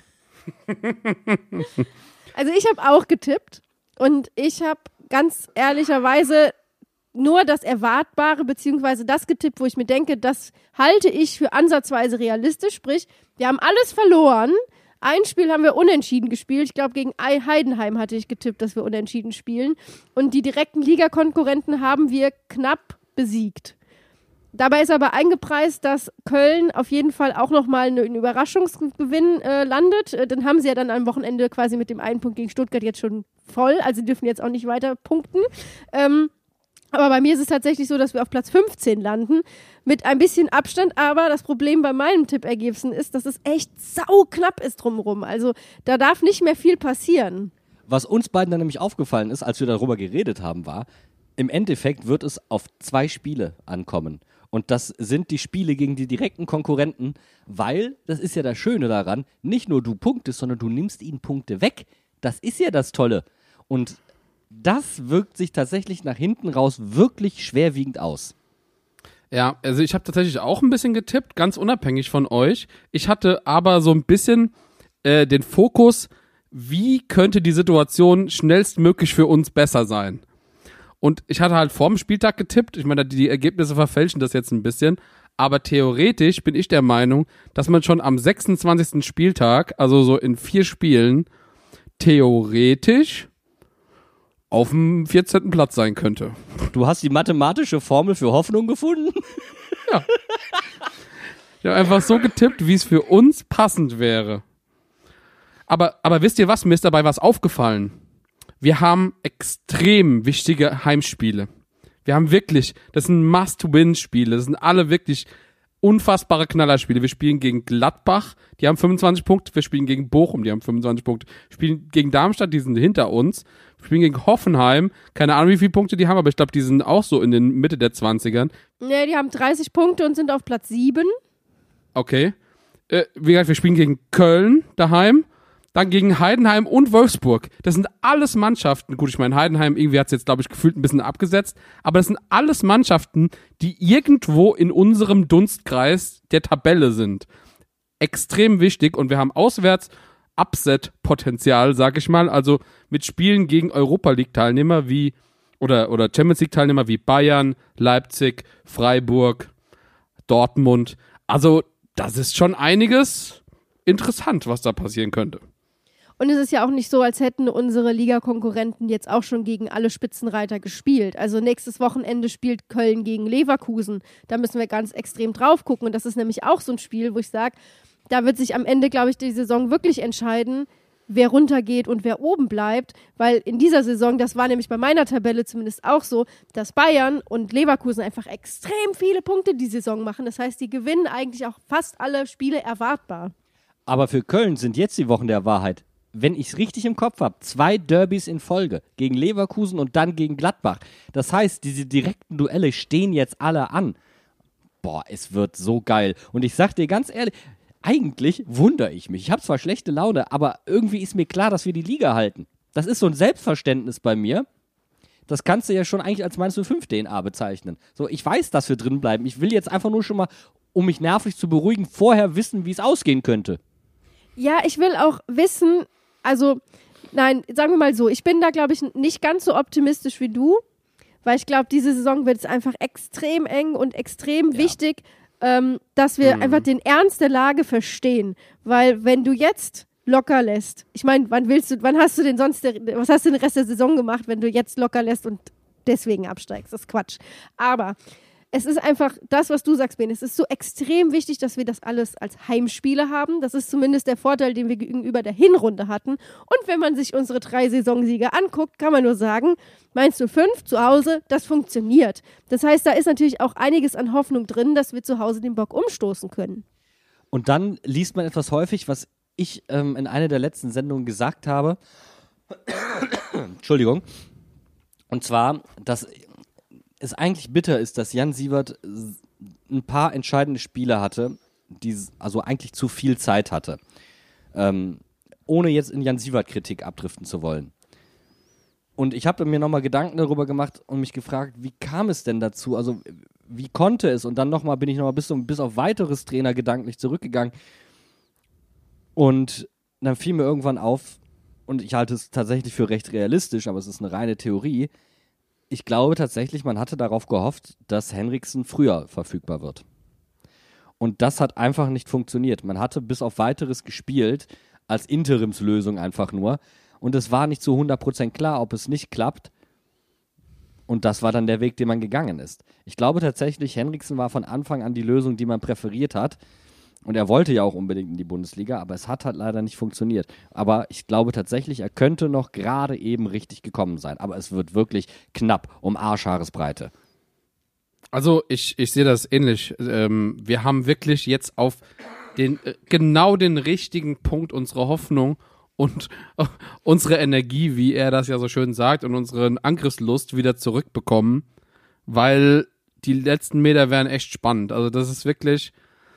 [SPEAKER 2] Also ich habe auch getippt und ich habe ganz ehrlicherweise nur das Erwartbare beziehungsweise das getippt, wo ich mir denke, das halte ich für ansatzweise realistisch. Sprich, wir haben alles verloren. Ein Spiel haben wir unentschieden gespielt. Ich glaube, gegen Heidenheim hatte ich getippt, dass wir unentschieden spielen. Und die direkten Ligakonkurrenten haben wir knapp besiegt. Dabei ist aber eingepreist, dass Köln auf jeden Fall auch nochmal einen Überraschungsgewinn landet. Den haben sie ja dann am Wochenende quasi mit dem einen Punkt gegen Stuttgart jetzt schon voll. Also dürfen jetzt auch nicht weiter punkten. Aber bei mir ist es tatsächlich so, dass wir auf Platz 15 landen. Mit ein bisschen Abstand. Aber das Problem bei meinen Tippergebnissen ist, dass es echt sauknapp ist drumherum. Also da darf nicht mehr viel passieren.
[SPEAKER 4] Was uns beiden dann nämlich aufgefallen ist, als wir darüber geredet haben, war, im Endeffekt wird es auf 2 Spiele ankommen. Und das sind die Spiele gegen die direkten Konkurrenten, weil, das ist ja das Schöne daran, nicht nur du punktest, sondern du nimmst ihnen Punkte weg. Das ist ja das Tolle. Und das wirkt sich tatsächlich nach hinten raus wirklich schwerwiegend aus.
[SPEAKER 3] Ja, also ich habe tatsächlich auch ein bisschen getippt, ganz unabhängig von euch. Ich hatte aber so ein bisschen den Fokus, wie könnte die Situation schnellstmöglich für uns besser sein. Und ich hatte halt vor dem Spieltag getippt, ich meine, die Ergebnisse verfälschen das jetzt ein bisschen, aber theoretisch bin ich der Meinung, dass man schon am 26. Spieltag, also so in 4 Spielen, theoretisch auf dem 14. Platz sein könnte.
[SPEAKER 4] Du hast die mathematische Formel für Hoffnung gefunden?
[SPEAKER 3] Ja. Ich habe einfach so getippt, wie es für uns passend wäre. Aber wisst ihr was, mir ist dabei was aufgefallen. Wir haben extrem wichtige Heimspiele. Wir haben wirklich, das sind Must-Win-Spiele. Das sind alle wirklich unfassbare Knallerspiele. Wir spielen gegen Gladbach, die haben 25 Punkte. Wir spielen gegen Bochum, die haben 25 Punkte. Wir spielen gegen Darmstadt, die sind hinter uns. Wir spielen gegen Hoffenheim. Keine Ahnung, wie viele Punkte die haben, aber ich glaube, die sind auch so in den Mitte der 20ern.
[SPEAKER 2] Nee, die haben 30 Punkte und sind auf Platz 7.
[SPEAKER 3] Okay. Wie gesagt, wir spielen gegen Köln daheim. Dann gegen Heidenheim und Wolfsburg. Das sind alles Mannschaften. Gut, ich meine, Heidenheim irgendwie hat es jetzt, glaube ich, gefühlt ein bisschen abgesetzt. Aber das sind alles Mannschaften, die irgendwo in unserem Dunstkreis der Tabelle sind. Extrem wichtig. Und wir haben auswärts Upset-Potenzial, sag ich mal. Also mit Spielen gegen Europa-League-Teilnehmer wie oder Champions League-Teilnehmer wie Bayern, Leipzig, Freiburg, Dortmund. Also das ist schon einiges interessant, was da passieren könnte.
[SPEAKER 2] Und es ist ja auch nicht so, als hätten unsere Ligakonkurrenten jetzt auch schon gegen alle Spitzenreiter gespielt. Also nächstes Wochenende spielt Köln gegen Leverkusen. Da müssen wir ganz extrem drauf gucken. Und das ist nämlich auch so ein Spiel, wo ich sage, da wird sich am Ende, glaube ich, die Saison wirklich entscheiden, wer runtergeht und wer oben bleibt. Weil in dieser Saison, das war nämlich bei meiner Tabelle zumindest auch so, dass Bayern und Leverkusen einfach extrem viele Punkte die Saison machen. Das heißt, die gewinnen eigentlich auch fast alle Spiele erwartbar.
[SPEAKER 4] Aber für Köln sind jetzt die Wochen der Wahrheit. Wenn ich es richtig im Kopf habe, 2 Derbys in Folge. Gegen Leverkusen und dann gegen Gladbach. Das heißt, diese direkten Duelle stehen jetzt alle an. Boah, es wird so geil. Und ich sag dir ganz ehrlich, eigentlich wundere ich mich. Ich habe zwar schlechte Laune, aber irgendwie ist mir klar, dass wir die Liga halten. Das ist so ein Selbstverständnis bei mir. Das kannst du ja schon eigentlich als Mainz 05 DNA bezeichnen. So, ich weiß, dass wir drin bleiben. Ich will jetzt einfach nur schon mal, um mich nervlich zu beruhigen, vorher wissen, wie es ausgehen könnte.
[SPEAKER 2] Ja, ich will auch wissen, also, nein, sagen wir mal so, ich bin da, glaube ich, nicht ganz so optimistisch wie du, weil ich glaube, diese Saison wird es einfach extrem eng und extrem wichtig, dass wir einfach den Ernst der Lage verstehen. Weil wenn du jetzt locker lässt, ich meine, wann hast du denn sonst, was hast du den Rest der Saison gemacht, wenn du jetzt locker lässt und deswegen absteigst? Das ist Quatsch. Aber es ist einfach das, was du sagst, Ben. Es ist so extrem wichtig, dass wir das alles als Heimspiele haben. Das ist zumindest der Vorteil, den wir gegenüber der Hinrunde hatten. Und wenn man sich unsere 3 Saisonsiege anguckt, kann man nur sagen, Mainz 05 zu Hause, das funktioniert. Das heißt, da ist natürlich auch einiges an Hoffnung drin, dass wir zu Hause den Bock umstoßen können.
[SPEAKER 4] Und dann liest man etwas häufig, was ich in einer der letzten Sendungen gesagt habe. Entschuldigung. Und zwar, dass es eigentlich bitter ist, dass Jan Siewert ein paar entscheidende Spiele hatte, die also eigentlich zu viel Zeit hatte. Ohne jetzt in Jan Siewert-Kritik abdriften zu wollen. Und ich habe mir nochmal Gedanken darüber gemacht und mich gefragt, wie kam es denn dazu? Also wie konnte es? Und dann bin ich nochmal bis auf weiteres Trainer gedanklich zurückgegangen. Und dann fiel mir irgendwann auf, und ich halte es tatsächlich für recht realistisch, aber es ist eine reine Theorie, ich glaube tatsächlich, man hatte darauf gehofft, dass Henriksen früher verfügbar wird. Und das hat einfach nicht funktioniert. Man hatte bis auf weiteres gespielt, als Interimslösung einfach nur. Und es war nicht zu 100% klar, ob es nicht klappt. Und das war dann der Weg, den man gegangen ist. Ich glaube tatsächlich, Henriksen war von Anfang an die Lösung, die man präferiert hat. Und er wollte ja auch unbedingt in die Bundesliga, aber es hat halt leider nicht funktioniert. Aber ich glaube tatsächlich, er könnte noch gerade eben richtig gekommen sein. Aber es wird wirklich knapp, um Arschhaaresbreite.
[SPEAKER 3] Also ich sehe das ähnlich. Wir haben wirklich jetzt auf genau den richtigen Punkt unsere Hoffnung und unsere Energie, wie er das ja so schön sagt, und unsere Angriffslust wieder zurückbekommen, weil die letzten Meter wären echt spannend. Also das ist wirklich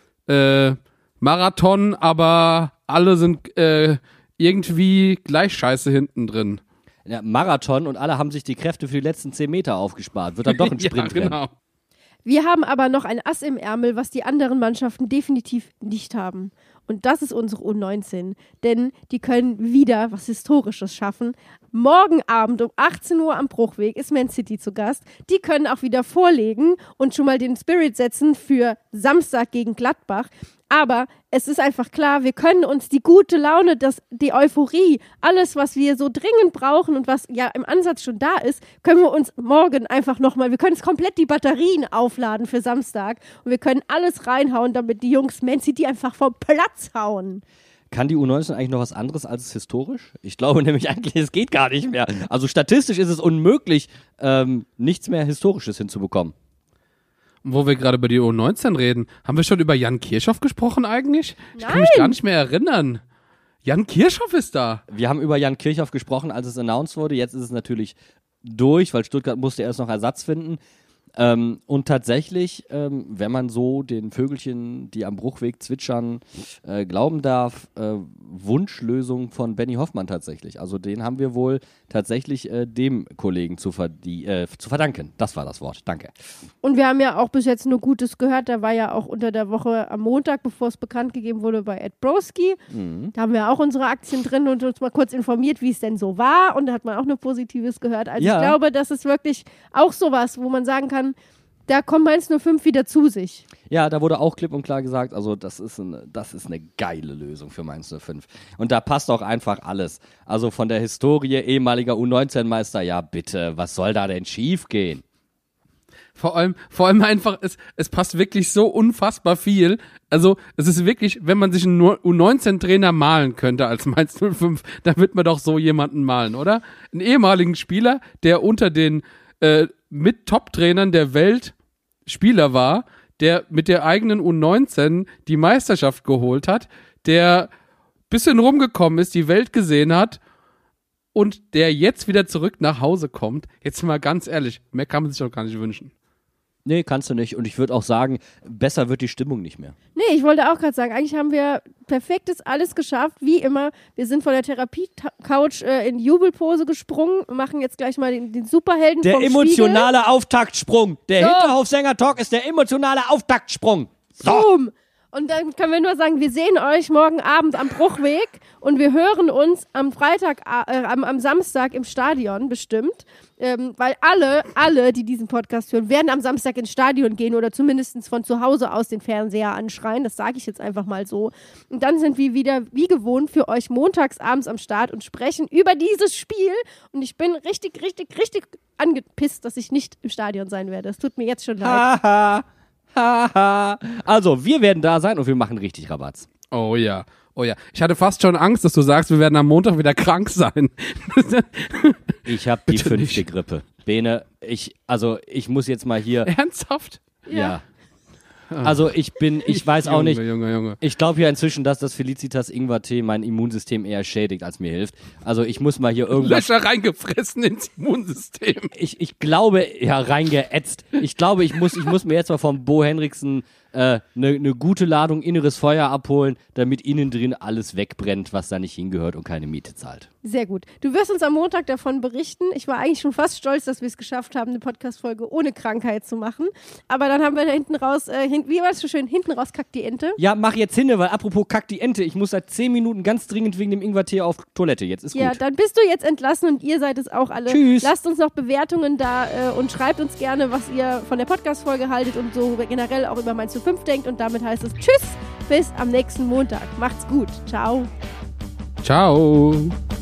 [SPEAKER 3] Marathon, aber alle sind irgendwie gleich scheiße hinten drin.
[SPEAKER 4] Ja, Marathon und alle haben sich die Kräfte für die letzten 10 Meter aufgespart. Wird dann doch ein Sprint
[SPEAKER 3] ja, genau.
[SPEAKER 2] Wir haben aber noch ein Ass im Ärmel, was die anderen Mannschaften definitiv nicht haben. Und das ist unsere U19. Denn die können wieder was Historisches schaffen. Morgen Abend um 18 Uhr am Bruchweg ist Man City zu Gast. Die können auch wieder vorlegen und schon mal den Spirit setzen für Samstag gegen Gladbach. Aber es ist einfach klar, wir können uns die gute Laune, die Euphorie, alles, was wir so dringend brauchen und was ja im Ansatz schon da ist, können wir uns morgen einfach nochmal, wir können uns komplett die Batterien aufladen für Samstag und wir können alles reinhauen, damit die Jungs Man City einfach vom Platz hauen.
[SPEAKER 4] Kann die U19 eigentlich noch was anderes als historisch? Ich glaube nämlich eigentlich, es geht gar nicht mehr. Also statistisch ist es unmöglich, nichts mehr Historisches hinzubekommen.
[SPEAKER 3] Wo wir gerade über die U19 reden, haben wir schon über Jan Kirchhoff gesprochen eigentlich? Ich kann mich gar nicht mehr erinnern. Jan Kirchhoff ist da.
[SPEAKER 4] Wir haben über Jan Kirchhoff gesprochen, als es announced wurde. Jetzt ist es natürlich durch, weil Stuttgart musste erst noch Ersatz finden. Und tatsächlich, wenn man so den Vögelchen, die am Bruchweg zwitschern, glauben darf, Wunschlösung von Benny Hoffmann tatsächlich. Also den haben wir wohl tatsächlich dem Kollegen zu verdanken. Das war das Wort. Danke.
[SPEAKER 2] Und wir haben ja auch bis jetzt nur Gutes gehört. Der war ja auch unter der Woche am Montag, bevor es bekannt gegeben wurde, bei Ed Broski. Da haben wir auch unsere Aktien drin und uns mal kurz informiert, wie es denn so war. Und da hat man auch nur Positives gehört. Also ja. Ich glaube, das ist wirklich auch sowas, wo man sagen kann, da kommt Mainz 05 wieder zu sich.
[SPEAKER 4] Ja, da wurde auch klipp und klar gesagt, also das ist eine geile Lösung für Mainz 05. Und da passt auch einfach alles. Also von der Historie, ehemaliger U19-Meister, ja bitte, was soll da denn schief gehen?
[SPEAKER 3] Vor allem einfach, es passt wirklich so unfassbar viel. Also es ist wirklich, wenn man sich einen U19-Trainer malen könnte als Mainz 05, dann wird man doch so jemanden malen, oder? Einen ehemaligen Spieler, der unter den mit Top-Trainern der Welt Spieler war, der mit der eigenen U19 die Meisterschaft geholt hat, der bisschen rumgekommen ist, die Welt gesehen hat und der jetzt wieder zurück nach Hause kommt. Jetzt mal ganz ehrlich, mehr kann man sich doch gar nicht wünschen.
[SPEAKER 4] Nee, kannst du nicht. Und ich würde auch sagen, besser wird die Stimmung nicht mehr.
[SPEAKER 2] Nee, ich wollte auch gerade sagen, eigentlich haben wir perfektes alles geschafft, wie immer. Wir sind von der Therapie-Couch in Jubelpose gesprungen, machen jetzt gleich mal den Superhelden vom Spiegel.
[SPEAKER 4] Der emotionale Auftaktsprung. Der Hinterhofsänger-Talk ist der emotionale Auftaktsprung. So.
[SPEAKER 2] Boom. Und dann können wir nur sagen, wir sehen euch morgen Abend am Bruchweg und wir hören uns am am Samstag im Stadion bestimmt. Weil alle, die diesen Podcast hören, werden am Samstag ins Stadion gehen oder zumindest von zu Hause aus den Fernseher anschreien. Das sage ich jetzt einfach mal so. Und dann sind wir wieder, wie gewohnt, für euch montags abends am Start und sprechen über dieses Spiel. Und ich bin richtig angepisst, dass ich nicht im Stadion sein werde. Es tut mir jetzt schon leid.
[SPEAKER 4] Also, wir werden da sein und wir machen richtig Rabatz.
[SPEAKER 3] Oh ja. Ich hatte fast schon Angst, dass du sagst, wir werden am Montag wieder krank sein.
[SPEAKER 4] Ich habe die
[SPEAKER 3] Bitte
[SPEAKER 4] 5.
[SPEAKER 3] nicht.
[SPEAKER 4] Grippe. Bene, ich muss jetzt mal hier.
[SPEAKER 3] Ernsthaft?
[SPEAKER 4] Ja. Also ich weiß auch nicht.
[SPEAKER 3] Junge.
[SPEAKER 4] Ich glaube ja inzwischen, dass das Felicitas Ingwer-Tee mein Immunsystem eher schädigt, als mir hilft. Also ich muss mal hier irgendwas...
[SPEAKER 3] Löcher reingefressen ins Immunsystem.
[SPEAKER 4] Ich glaube, ja, reingeätzt. Ich glaube, ich muss mir jetzt mal vom Bo Henriksen eine gute Ladung inneres Feuer abholen, damit innen drin alles wegbrennt, was da nicht hingehört und keine Miete zahlt.
[SPEAKER 2] Sehr gut. Du wirst uns am Montag davon berichten. Ich war eigentlich schon fast stolz, dass wir es geschafft haben, eine Podcast-Folge ohne Krankheit zu machen. Aber dann haben wir da hinten raus, wie war das so schön, hinten raus kackt die Ente.
[SPEAKER 4] Ja, mach jetzt hin, weil apropos kackt die Ente, ich muss seit 10 Minuten ganz dringend wegen dem Ingwertee auf Toilette. Jetzt ist gut.
[SPEAKER 2] Ja, dann bist du jetzt entlassen und ihr seid es auch alle.
[SPEAKER 4] Tschüss.
[SPEAKER 2] Lasst uns noch Bewertungen da und schreibt uns gerne, was ihr von der Podcast-Folge haltet und so generell auch über Mainz 05 denkt. Und damit heißt es Tschüss, bis am nächsten Montag. Macht's gut. Ciao.
[SPEAKER 3] Ciao.